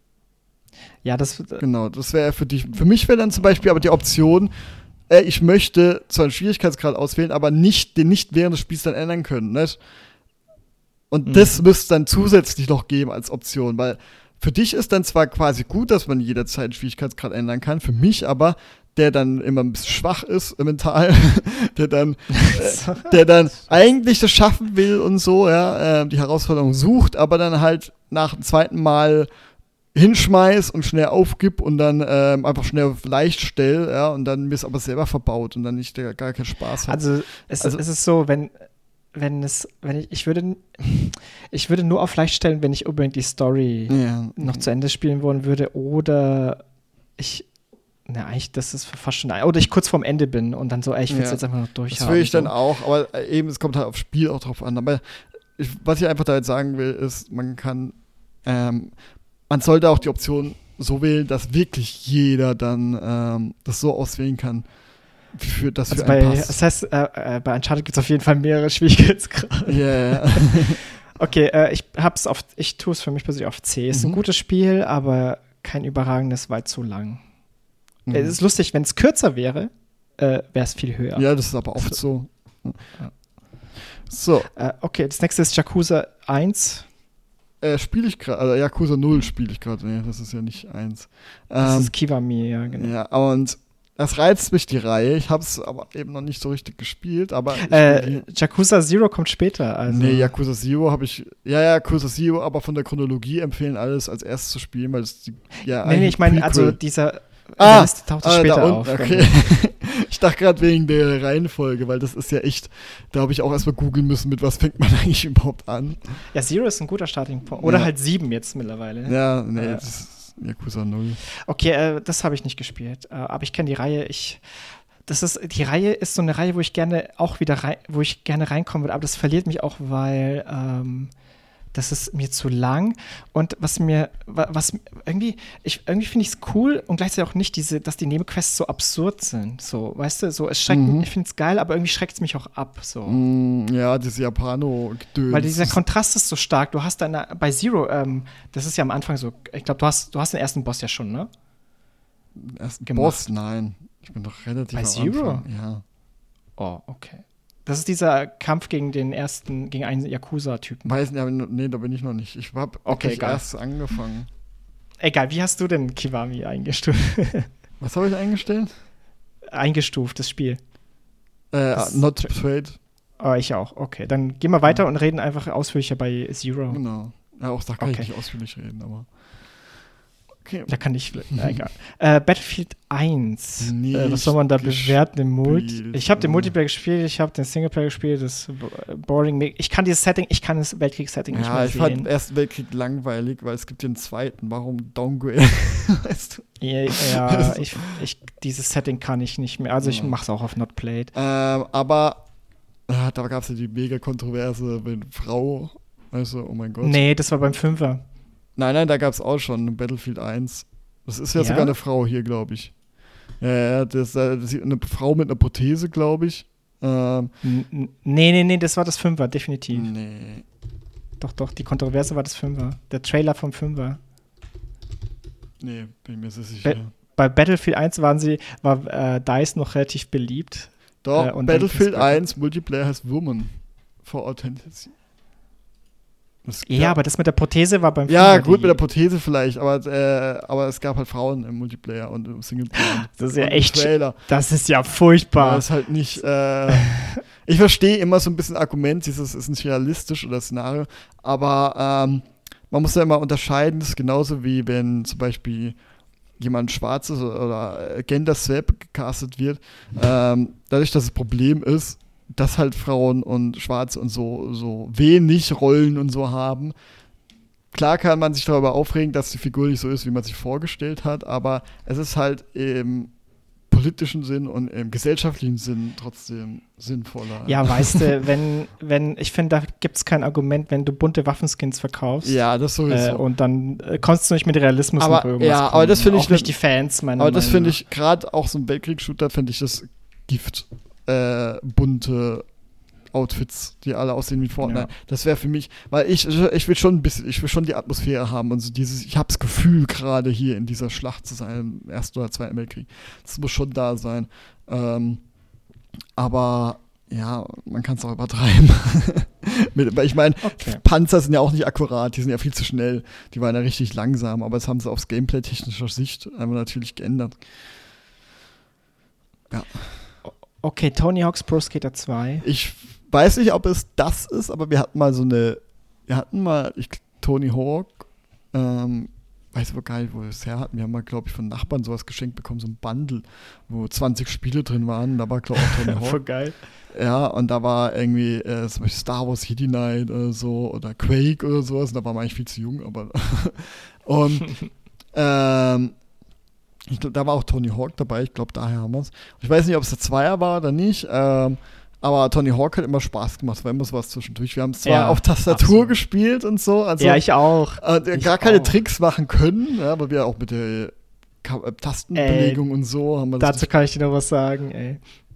Ja, das Genau, das wäre für dich. Für mich wäre dann zum Beispiel aber die Option, äh, ich möchte zwar einen Schwierigkeitsgrad auswählen, aber nicht, den nicht während des Spiels dann ändern können. Nicht? Und mhm. das müsste es dann zusätzlich noch geben als Option, weil für dich ist dann zwar quasi gut, dass man jederzeit einen Schwierigkeitsgrad ändern kann, für mich aber, der dann immer ein bisschen schwach ist mental, der dann, äh, der dann eigentlich das schaffen will und so, ja, äh, die Herausforderung sucht, aber dann halt nach dem zweiten Mal hinschmeiß und schnell aufgib und dann ähm, einfach schnell auf leicht stell, ja, und dann mir es aber selber verbaut und dann nicht der, gar keinen Spaß hat. Also es, also es ist so, wenn wenn es, wenn ich, ich würde ich würde nur auf leicht stellen, wenn ich unbedingt die Story ja. noch zu Ende spielen wollen würde oder ich na, eigentlich, das ist fast schon, oder ich kurz vorm Ende bin und dann so, ey, ich will es ja. jetzt einfach noch durchhaben. Das will ich so. dann auch, aber eben, es kommt halt aufs Spiel auch drauf an, aber ich, was ich einfach da jetzt sagen will, ist, man kann ähm, man sollte auch die Option so wählen, dass wirklich jeder dann ähm, das so auswählen kann, für das also für bei, einen passt. Das heißt, äh, äh, bei Uncharted gibt es auf jeden Fall mehrere Schwierigkeitsgrade. Ja, yeah. Okay, äh, ich hab's auf, ich tue es für mich persönlich auf C. Ist Mhm. ein gutes Spiel, aber kein überragendes, weit zu lang. Mhm. Es ist lustig, wenn es kürzer wäre, äh, wäre es viel höher. Ja, das ist aber oft so. Ja. So. Äh, okay, das nächste ist Yakuza eins. Äh, spiele ich gerade, also Yakuza null spiele ich gerade, nee, das ist ja nicht eins. Das Ähm, ist Kiwami, ja, genau. ja, und das reizt mich, die Reihe. Ich habe es aber eben noch nicht so richtig gespielt, aber ich Äh, Yakuza Zero kommt später. Also. Nee, Yakuza Zero habe ich, ja, ja, Yakuza Zero, aber von der Chronologie empfehlen, alles als erstes zu spielen, weil es die, ja, Nee, nee, ich meine, Prequel. also dieser Ah, der Liste taucht es ah, später da auf. unten, okay. Ich dachte gerade wegen der Reihenfolge, weil das ist ja echt, da habe ich auch erstmal googeln müssen, mit was fängt man eigentlich überhaupt an. Ja, Zero ist ein guter Starting-Punkt. Oder Ja. halt sieben jetzt mittlerweile. Ja, nee, Äh, das ist Yakuza null. Okay, äh, das habe ich nicht gespielt. Äh, aber ich kenne die Reihe. Ich, das ist, die Reihe ist so eine Reihe, wo ich gerne auch wieder rein, wo ich gerne reinkommen würde. Aber das verliert mich auch, weil ähm, das ist mir zu lang. Und was mir, wa- was irgendwie, ich, irgendwie finde ich es cool und gleichzeitig auch nicht, diese, dass die Nebenquests so absurd sind. So, weißt du, so, es schreckt Mhm. mich, ich finde es geil, aber irgendwie schreckt es mich auch ab. So. Mm, ja, dieses Japano-Gedöns. Weil dieser Kontrast ist so stark. Du hast dann bei Zero, ähm, das ist ja am Anfang so, ich glaube, du hast, du hast den ersten Boss ja schon, ne? Ersten gemacht. Boss, nein. Ich bin doch relativ Bei am Zero? Anfang. Ja. Oh, okay. Das ist dieser Kampf gegen den ersten, gegen einen Yakuza-Typen. Weiß nicht, aber nee, da bin ich noch nicht. Ich habe Okay, wirklich egal. erst angefangen. Egal, wie hast du denn Kiwami eingestuft? Was habe ich eingestellt? eingestuft, das Spiel. Äh, Das- not afraid. Oh, ich auch. Okay, dann gehen wir weiter und reden einfach ausführlicher bei Zero. Genau. Ja, auch da kann Okay. ich nicht ausführlich reden, aber. Okay. Da kann ich, na, egal. Äh, Battlefield eins. Nicht Äh, was soll man da bewerten im Multi? gespielt, Ich habe den oder? Multiplayer gespielt, ich habe den Singleplayer gespielt, das bo- boring. Ich kann dieses Setting, ich kann das Weltkriegs-Setting nicht Ja, mehr ich fand sehen. den Ersten Weltkrieg langweilig, weil es gibt den zweiten. Warum Downgrade? Weißt du? Ja, ja ich, ich, dieses Setting kann ich nicht mehr. Also ich Ja. mache es auch auf Not Played. Ähm, aber äh, da gab es ja die mega Kontroverse mit Frau. Weißt du, oh mein Gott. Nee, das war beim Fünfer. Nein, nein, da gab es auch schon in Battlefield eins. Das ist ja, Ja? sogar eine Frau hier, glaube ich. Ja, ja, das, äh, das ist eine Frau mit einer Prothese, glaube ich. Ähm, N- n- Nee, nee, nee, das war das Fünfer, definitiv. nee. Doch, doch, die Kontroverse war das Fünfer. Der Trailer vom Fünfer. Nee, bin mir sehr sicher. Bei Battlefield eins waren sie, war äh, DICE noch relativ beliebt. Doch, Äh, und Battlefield dann- eins Multiplayer heißt Woman for Authenticity. Das- Ja, aber das mit der Prothese war beim Ja, Fünfer gut, die- mit der Prothese vielleicht, aber, äh, aber es gab halt Frauen im Multiplayer und im Singleplayer. Das ist ja Und im echt- Trailer. Das ist ja Ja, furchtbar. ist halt nicht. Äh, ich verstehe immer so ein bisschen Argument, dieses ist nicht realistisch oder Szenario, aber ähm, man muss ja immer unterscheiden, das ist genauso wie wenn zum Beispiel jemand Schwarzes oder äh, Gender-Swap gecastet wird. Ähm, dadurch, dass das Problem ist, dass halt Frauen und Schwarze und so, so wenig Rollen und so haben. Klar kann man sich darüber aufregen, dass die Figur nicht so ist, wie man sich vorgestellt hat, aber es ist halt im politischen Sinn und im gesellschaftlichen Sinn trotzdem sinnvoller. Ja, weißt du, wenn, wenn, ich finde, da gibt es kein Argument, wenn du bunte Waffenskins verkaufst. Ja, das sowieso. Äh, und dann äh, kommst du nicht mit Realismus Aber- noch irgendwas ja, kommen. aber das finde ich Auch nicht ne- die Fans, meiner Aber das Meinung finde nach. ich, gerade auch so ein Weltkriegs-Shooter, finde ich das Gift. Äh, bunte Outfits, die alle aussehen wie Fortnite. Ja. Das wäre für mich, weil ich, ich will schon ein bisschen, ich will schon die Atmosphäre haben und so dieses, ich habe das Gefühl, gerade hier in dieser Schlacht zu sein, im Ersten oder Zweiten Weltkrieg. Das muss schon da sein. Ähm, aber ja, man kann es auch übertreiben. Mit, weil ich meine, Okay. Panzer sind ja auch nicht akkurat, die sind ja viel zu schnell. Die waren ja richtig langsam, aber das haben sie aus Gameplay-technischer Sicht einfach natürlich geändert. Okay, Tony Hawk's Pro Skater zwei. Ich weiß nicht, ob es das ist, aber wir hatten mal so eine, wir hatten mal, ich, Tony Hawk, ähm, weiß aber gar nicht, wo wir es her hatten. Wir haben mal, glaube ich, von Nachbarn sowas geschenkt bekommen, so ein Bundle, wo zwanzig Spiele drin waren. Da war, glaube ich, auch Tony Voll Hawk. geil. Ja, und da war irgendwie äh, zum Beispiel Star Wars Jedi Knight oder so oder Quake oder sowas. Und da war man eigentlich viel zu jung, aber und ähm, ich glaub, da war auch Tony Hawk dabei, ich glaube, daher haben wir es. Ich weiß nicht, ob es der Zweier war oder nicht, ähm, aber Tony Hawk hat immer Spaß gemacht, es war immer sowas zwischendurch. Wir haben es zwar Ja, auf Tastatur absolut. gespielt und so, also Ja, ich auch. äh, ich gar keine auch. Tricks machen können, ja, aber wir auch mit der Ka- äh, Tastenbelegung und so haben wir das. Dazu kann ich dir noch was sagen, ey.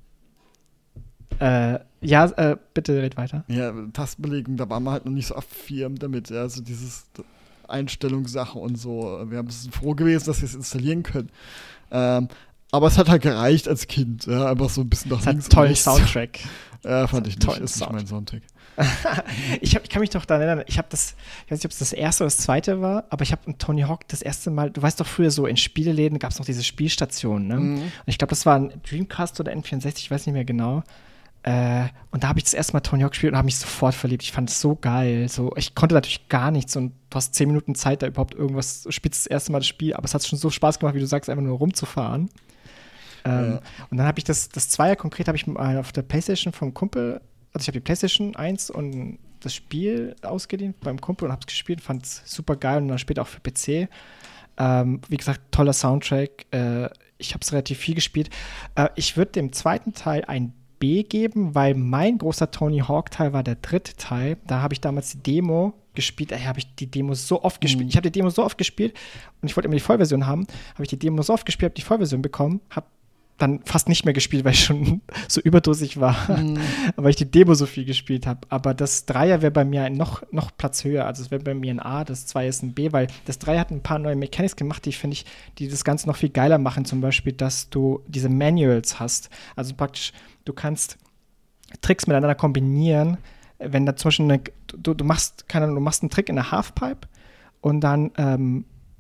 Äh, ja, äh, bitte red weiter. Ja, Tastenbelegung, da waren wir halt noch nicht so affirm damit, ja, also dieses Einstellungssache und so. Wir haben es froh gewesen, dass wir es installieren können. Ähm, aber es hat halt gereicht als Kind, ja, einfach so ein bisschen nach Es hat links einen tollen und rechts. Soundtrack. Ja, fand Es ich hat nicht, tollen ist nicht mein Soundtrack. ich, hab, ich kann mich doch daran erinnern, ich habe das, ich weiß nicht, ob es das erste oder das zweite war, aber ich habe in Tony Hawk das erste Mal, du weißt doch, früher so in Spieleläden gab es noch diese Spielstationen, ne? Mhm. Und ich glaube, das war ein Dreamcast oder N vierundsechzig, ich weiß nicht mehr genau. Äh, und da habe ich das erste Mal Tony Hawk gespielt und habe mich sofort verliebt. Ich fand es so geil. So, ich konnte natürlich gar nichts und du hast zehn Minuten Zeit, da überhaupt irgendwas, du spielst das erste Mal das Spiel, aber es hat schon so Spaß gemacht, wie du sagst, einfach nur rumzufahren. Ähm, Ja. Und dann habe ich das, das Zweier konkret habe ich mal auf der PlayStation vom Kumpel, also ich habe die PlayStation eins und das Spiel ausgeliehen beim Kumpel und habe es gespielt, fand es super geil und dann später auch für P C. Ähm, wie gesagt, toller Soundtrack. Äh, ich habe es relativ viel gespielt. Äh, ich würde dem zweiten Teil ein B geben, weil mein großer Tony Hawk-Teil war der dritte Teil. Da habe ich damals die Demo gespielt. Daher habe ich die Demo so oft gespielt. Mhm. Ich habe die Demo so oft gespielt und ich wollte immer die Vollversion haben. Habe ich die Demo so oft gespielt, habe die Vollversion bekommen, habe dann fast nicht mehr gespielt, weil ich schon so überdosig war, Mhm. weil ich die Demo so viel gespielt habe. Aber das Dreier wäre bei mir noch, noch Platz höher. Also es wäre bei mir ein A, das Zwei ist ein B, weil das Dreier hat ein paar neue Mechanics gemacht, die finde ich, die das Ganze noch viel geiler machen. Zum Beispiel, dass du diese Manuals hast. Also praktisch, du kannst Tricks miteinander kombinieren. Wenn da zum Beispiel eine, du, du machst, keine Ahnung, du machst einen Trick in der Halfpipe und dann ähm,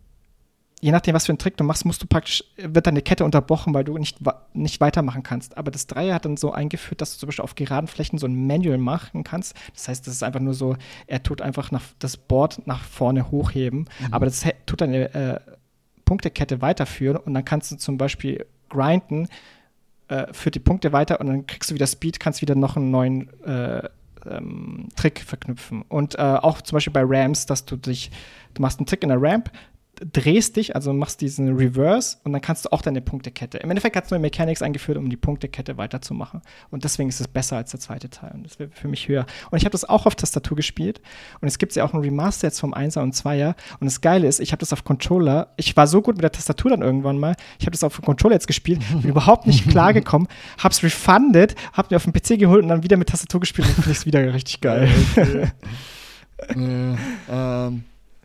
je nachdem, was für einen Trick du machst, musst du praktisch, wird deine Kette unterbrochen, weil du nicht, nicht weitermachen kannst. Aber das Dreier hat dann so eingeführt, dass du zum Beispiel auf geraden Flächen so ein Manual machen kannst. Das heißt, das ist einfach nur so, er tut einfach nach, das Board nach vorne hochheben, mhm. aber das tut deine äh, Punktekette weiterführen und dann kannst du zum Beispiel grinden, äh, führt die Punkte weiter und dann kriegst du wieder Speed, kannst wieder noch einen neuen äh, ähm, Trick verknüpfen. Und äh, auch zum Beispiel bei Ramps, dass du dich, du machst einen Trick in der Ramp, drehst dich, also machst diesen Reverse und dann kannst du auch deine Punktekette. Im Endeffekt hat es neue Mechanics eingeführt, um die Punktekette weiterzumachen. Und deswegen ist es besser als der zweite Teil. Und das wäre für mich höher. Und ich habe das auch auf Tastatur gespielt. Und es gibt ja auch ein Remaster jetzt vom Einser und Zweier. Und das Geile ist, ich habe das auf Controller. Ich war so gut mit der Tastatur dann irgendwann mal. Ich habe das auf dem Controller jetzt gespielt, bin überhaupt nicht klargekommen, hab's refunded, hab mir auf den P C geholt und dann wieder mit Tastatur gespielt und finde ich es wieder richtig geil. Okay. äh, ähm.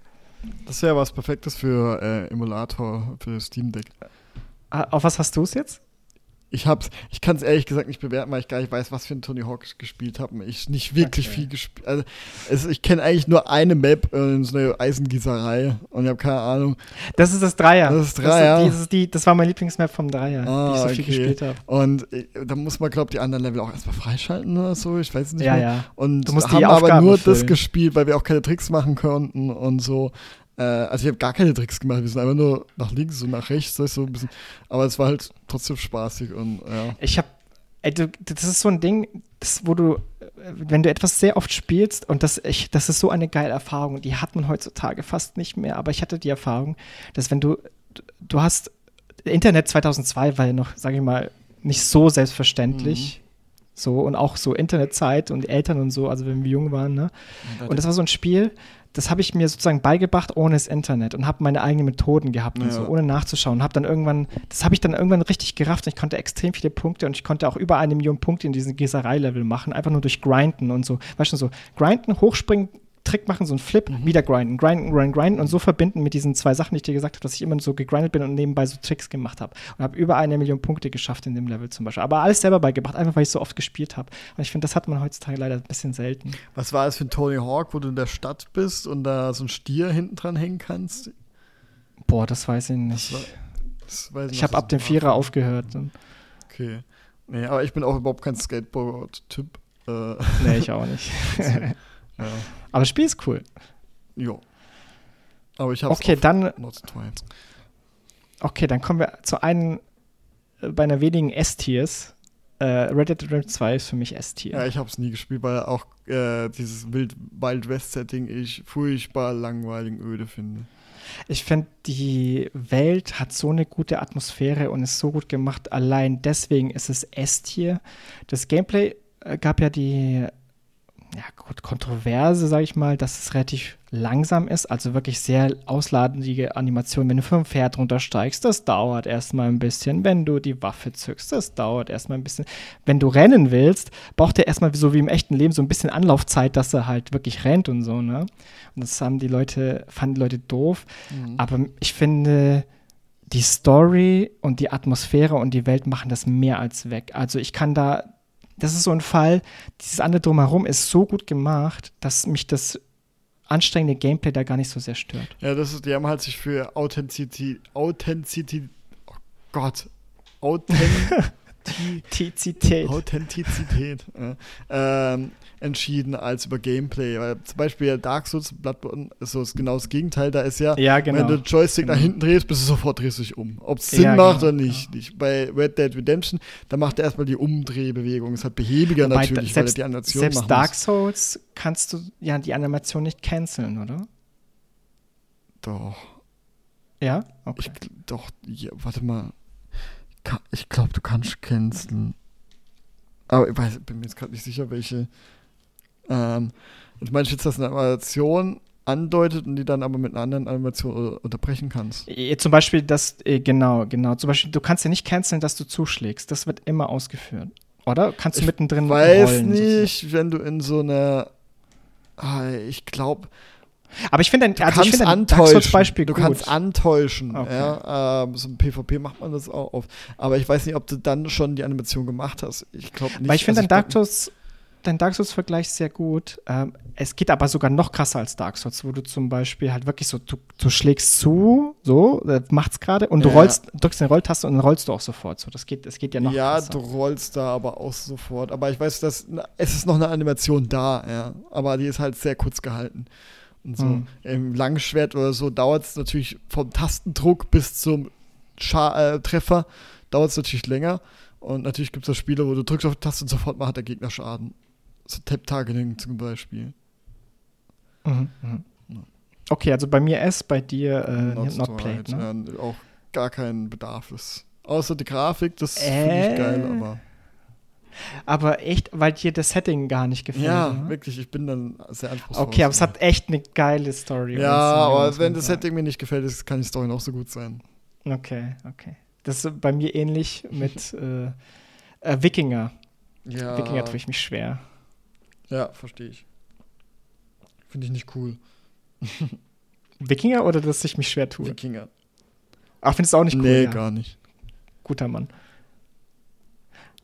Das wäre was Perfektes für äh, Emulator, für Steam Deck. Auf was hast du es jetzt? Ich hab's, ich kann es ehrlich gesagt nicht bewerten, weil ich gar nicht weiß, was für ein Tony Hawk ich gespielt habe. Ich nicht wirklich okay. viel gespielt. Also es, ich kenne eigentlich nur eine Map in so einer Eisengießerei und ich habe keine Ahnung. Das ist das Dreier. Das ist Dreier. Das, ist, das, ist die, das war mein Lieblingsmap vom Dreier, ah, die ich so okay. viel gespielt habe. Und äh, da muss man, glaube ich, die anderen Level auch erstmal freischalten oder so. Ich weiß nicht ja, mehr. Ja. Und du musst haben die aber Aufgaben nur erfüllen. das gespielt, weil wir auch keine Tricks machen konnten und so. Also ich habe gar keine Tricks gemacht, wir sind einfach nur nach links und nach rechts, so ein bisschen. Aber es war halt trotzdem spaßig und ja. Ich habe, das ist so ein Ding, das, wo du, wenn du etwas sehr oft spielst und das, ich, das ist so eine geile Erfahrung, die hat man heutzutage fast nicht mehr, aber ich hatte die Erfahrung, dass wenn du, du hast, Internet zweitausendzwei war ja noch, sage ich mal, nicht so selbstverständlich. Mhm. So, und auch so Internetzeit und Eltern und so, also wenn wir jung waren, ne? Und das war so ein Spiel, das habe ich mir sozusagen beigebracht ohne das Internet und habe meine eigenen Methoden gehabt und ja. so, ohne nachzuschauen. Habe dann irgendwann, das habe ich dann irgendwann richtig gerafft und ich konnte extrem viele Punkte und ich konnte auch über eine Million Punkte in diesen Gießerei-Level machen, einfach nur durch Grinden und so. Weißt du, so grinden, hochspringen, Trick machen, so ein Flip, mhm. wieder grinden, grinden, grinden, grinden und so verbinden mit diesen zwei Sachen, die ich dir gesagt habe, dass ich immer so gegrindet bin und nebenbei so Tricks gemacht habe. Und habe über eine Million Punkte geschafft in dem Level zum Beispiel. Aber alles selber beigebracht, einfach weil ich so oft gespielt habe. Und ich finde, das hat man heutzutage leider ein bisschen selten. Was war das für ein Tony Hawk, wo du in der Stadt bist und da so ein Stier hinten dran hängen kannst? Boah, das weiß ich nicht. Das war, das weiß ich ich habe ab dem Vierer aufgehört. Okay. Nee, aber ich bin auch überhaupt kein Skateboard-Typ. Äh. Nee, ich auch nicht. Ja. Aber das Spiel ist cool. Jo. Aber ich hab's okay, dann, zwei. Okay, dann kommen wir zu einem, äh, bei einer wenigen S-Tiers. Äh, Red Dead Redemption zwei ist für mich S-Tier. Ja, ich hab's nie gespielt, weil auch äh, dieses Wild, Wild West-Setting ich furchtbar langweilig und öde finde. Ich finde, die Welt hat so eine gute Atmosphäre und ist so gut gemacht. Allein deswegen ist es S-Tier. Das Gameplay äh, gab ja die ja, gut, Kontroverse, sag ich mal, dass es relativ langsam ist, also wirklich sehr ausladende Animation. Wenn du vom Pferd runtersteigst, das dauert erstmal ein bisschen. Wenn du die Waffe zückst, das dauert erstmal ein bisschen. Wenn du rennen willst, braucht er erstmal so wie im echten Leben so ein bisschen Anlaufzeit, dass er halt wirklich rennt und so, ne? Und das haben die Leute, fanden die Leute doof. Mhm. Aber ich finde, die Story und die Atmosphäre und die Welt machen das mehr als weg. Also ich kann da Das ist so ein Fall, dieses andere Drumherum ist so gut gemacht, dass mich das anstrengende Gameplay da gar nicht so sehr stört. Ja, das ist, die haben halt sich für Authentizität, Authentizität, oh Gott, Authentizität, Authentizität äh, ähm, entschieden als über Gameplay. Weil zum Beispiel Dark Souls, Bloodborne ist so genau das Gegenteil. Da ist ja, ja genau. wenn du Joystick genau. nach hinten drehst, bist du sofort drehst du dich um. Ob es Sinn ja, macht genau, oder nicht, genau. nicht. Bei Red Dead Redemption, da macht er erstmal die Umdrehbewegung. Ist halt behäbiger Wobei, natürlich, da, selbst, weil er die Animation Selbst machen Dark muss. Souls kannst du ja die Animation nicht canceln, oder? Doch. Ja? Okay. Ich, doch, ja, warte mal. Ich glaube, du kannst canceln. Aber ich weiß, bin mir jetzt gerade nicht sicher, welche. Ähm, ich meine, jetzt, dass eine Animation andeutet und die dann aber mit einer anderen Animation unterbrechen kannst. Zum Beispiel das, genau, genau. Zum Beispiel, du kannst ja nicht canceln, dass du zuschlägst. Das wird immer ausgeführt. Oder? Kannst du ich mittendrin weiß rollen? nicht, sozusagen. Wenn du in so einer. Ich glaube. Aber ich finde ein, du also kannst ich ein Dark Souls Beispiel Du gut. kannst antäuschen. Okay. Ja, ähm, so ein PvP macht man das auch oft. Aber ich weiß nicht, ob du dann schon die Animation gemacht hast. Ich glaube nicht. Weil ich finde also dein Dark Souls, dein Dark Souls-Vergleich sehr gut. Ähm, es geht aber sogar noch krasser als Dark Souls, wo du zum Beispiel halt wirklich so, du, du schlägst zu, so, äh, macht's gerade und du ja. rollst, drückst eine Rolltaste und dann rollst du auch sofort. So, das geht, das geht ja noch Ja, krasser. du rollst da aber auch sofort. Aber ich weiß, dass es ist noch eine Animation da, ja. Aber die ist halt sehr kurz gehalten. Und so. Hm. Im Langschwert oder so dauert es natürlich vom Tastendruck bis zum Scha- äh, Treffer dauert es natürlich länger. Und natürlich gibt es Spiele, wo du drückst auf die Taste und sofort macht der Gegner Schaden. So Tap-Targeting zum Beispiel. Mhm, mh. Okay, also bei mir S, bei dir äh, Not, not so played, right. ne? Ja, auch gar keinen Bedarf ist. Außer die Grafik, das äh, finde ich geil, aber. Aber echt, weil dir das Setting gar nicht gefällt. Ja, ne? wirklich, ich bin dann sehr anspruchsvoll. Okay, aber es hat echt eine geile Story. Ja, aber wenn das Setting mir nicht gefällt, ist, kann die Story noch so gut sein. Okay, okay. Das ist bei mir ähnlich mit äh, äh, Wikinger. Ja. Wikinger tue ich mich schwer. Ja, verstehe ich. Finde ich nicht cool. Wikinger oder dass ich mich schwer tue? Wikinger. Ach, findest du auch nicht cool? Nee, ja. gar nicht. Guter Mann.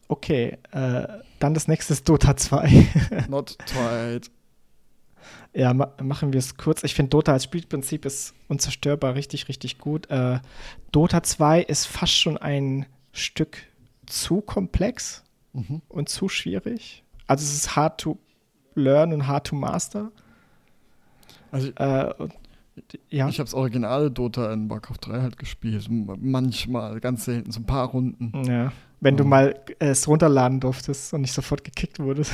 Okay, äh, dann das nächste ist Dota zwei. Not tried. Ja, ma machen wir es kurz. Ich finde, Dota als Spielprinzip ist unzerstörbar, richtig, richtig gut. Äh, Dota zwei ist fast schon ein Stück zu komplex Mhm. und zu schwierig. Also es ist hard to learn und hard to master. Also Äh, und, ja. ich habe das originale Dota in Warcraft drei halt gespielt. M- Manchmal, ganz selten, so ein paar Runden. Ja. Wenn Ja. du mal äh, es runterladen durftest und nicht sofort gekickt wurdest.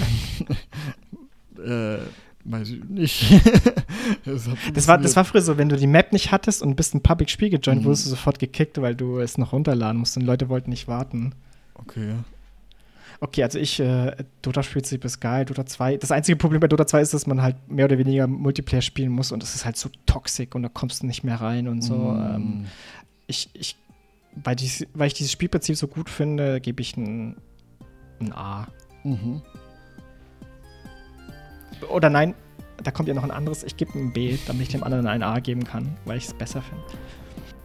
Äh, weiß ich nicht. das, hat Das war, das funktioniert. war früher so, wenn du die Map nicht hattest und bist ein Public-Spiel gejoint, Mhm. wurdest du sofort gekickt, weil du es noch runterladen musst und Leute wollten nicht warten. Okay. Okay, also ich, äh, Dota-Spielprinzip ist geil, Dota zwei. Das einzige Problem bei Dota zwei ist, dass man halt mehr oder weniger Multiplayer spielen muss und es ist halt so toxisch und da kommst du nicht mehr rein und so. Mm. Ähm, ich, ich, weil, dies, weil ich dieses Spielprinzip so gut finde, gebe ich ein, ein A. Mhm. Oder nein, da kommt ja noch ein anderes. Ich gebe ein B, damit ich dem anderen ein A geben kann, weil ich es besser finde.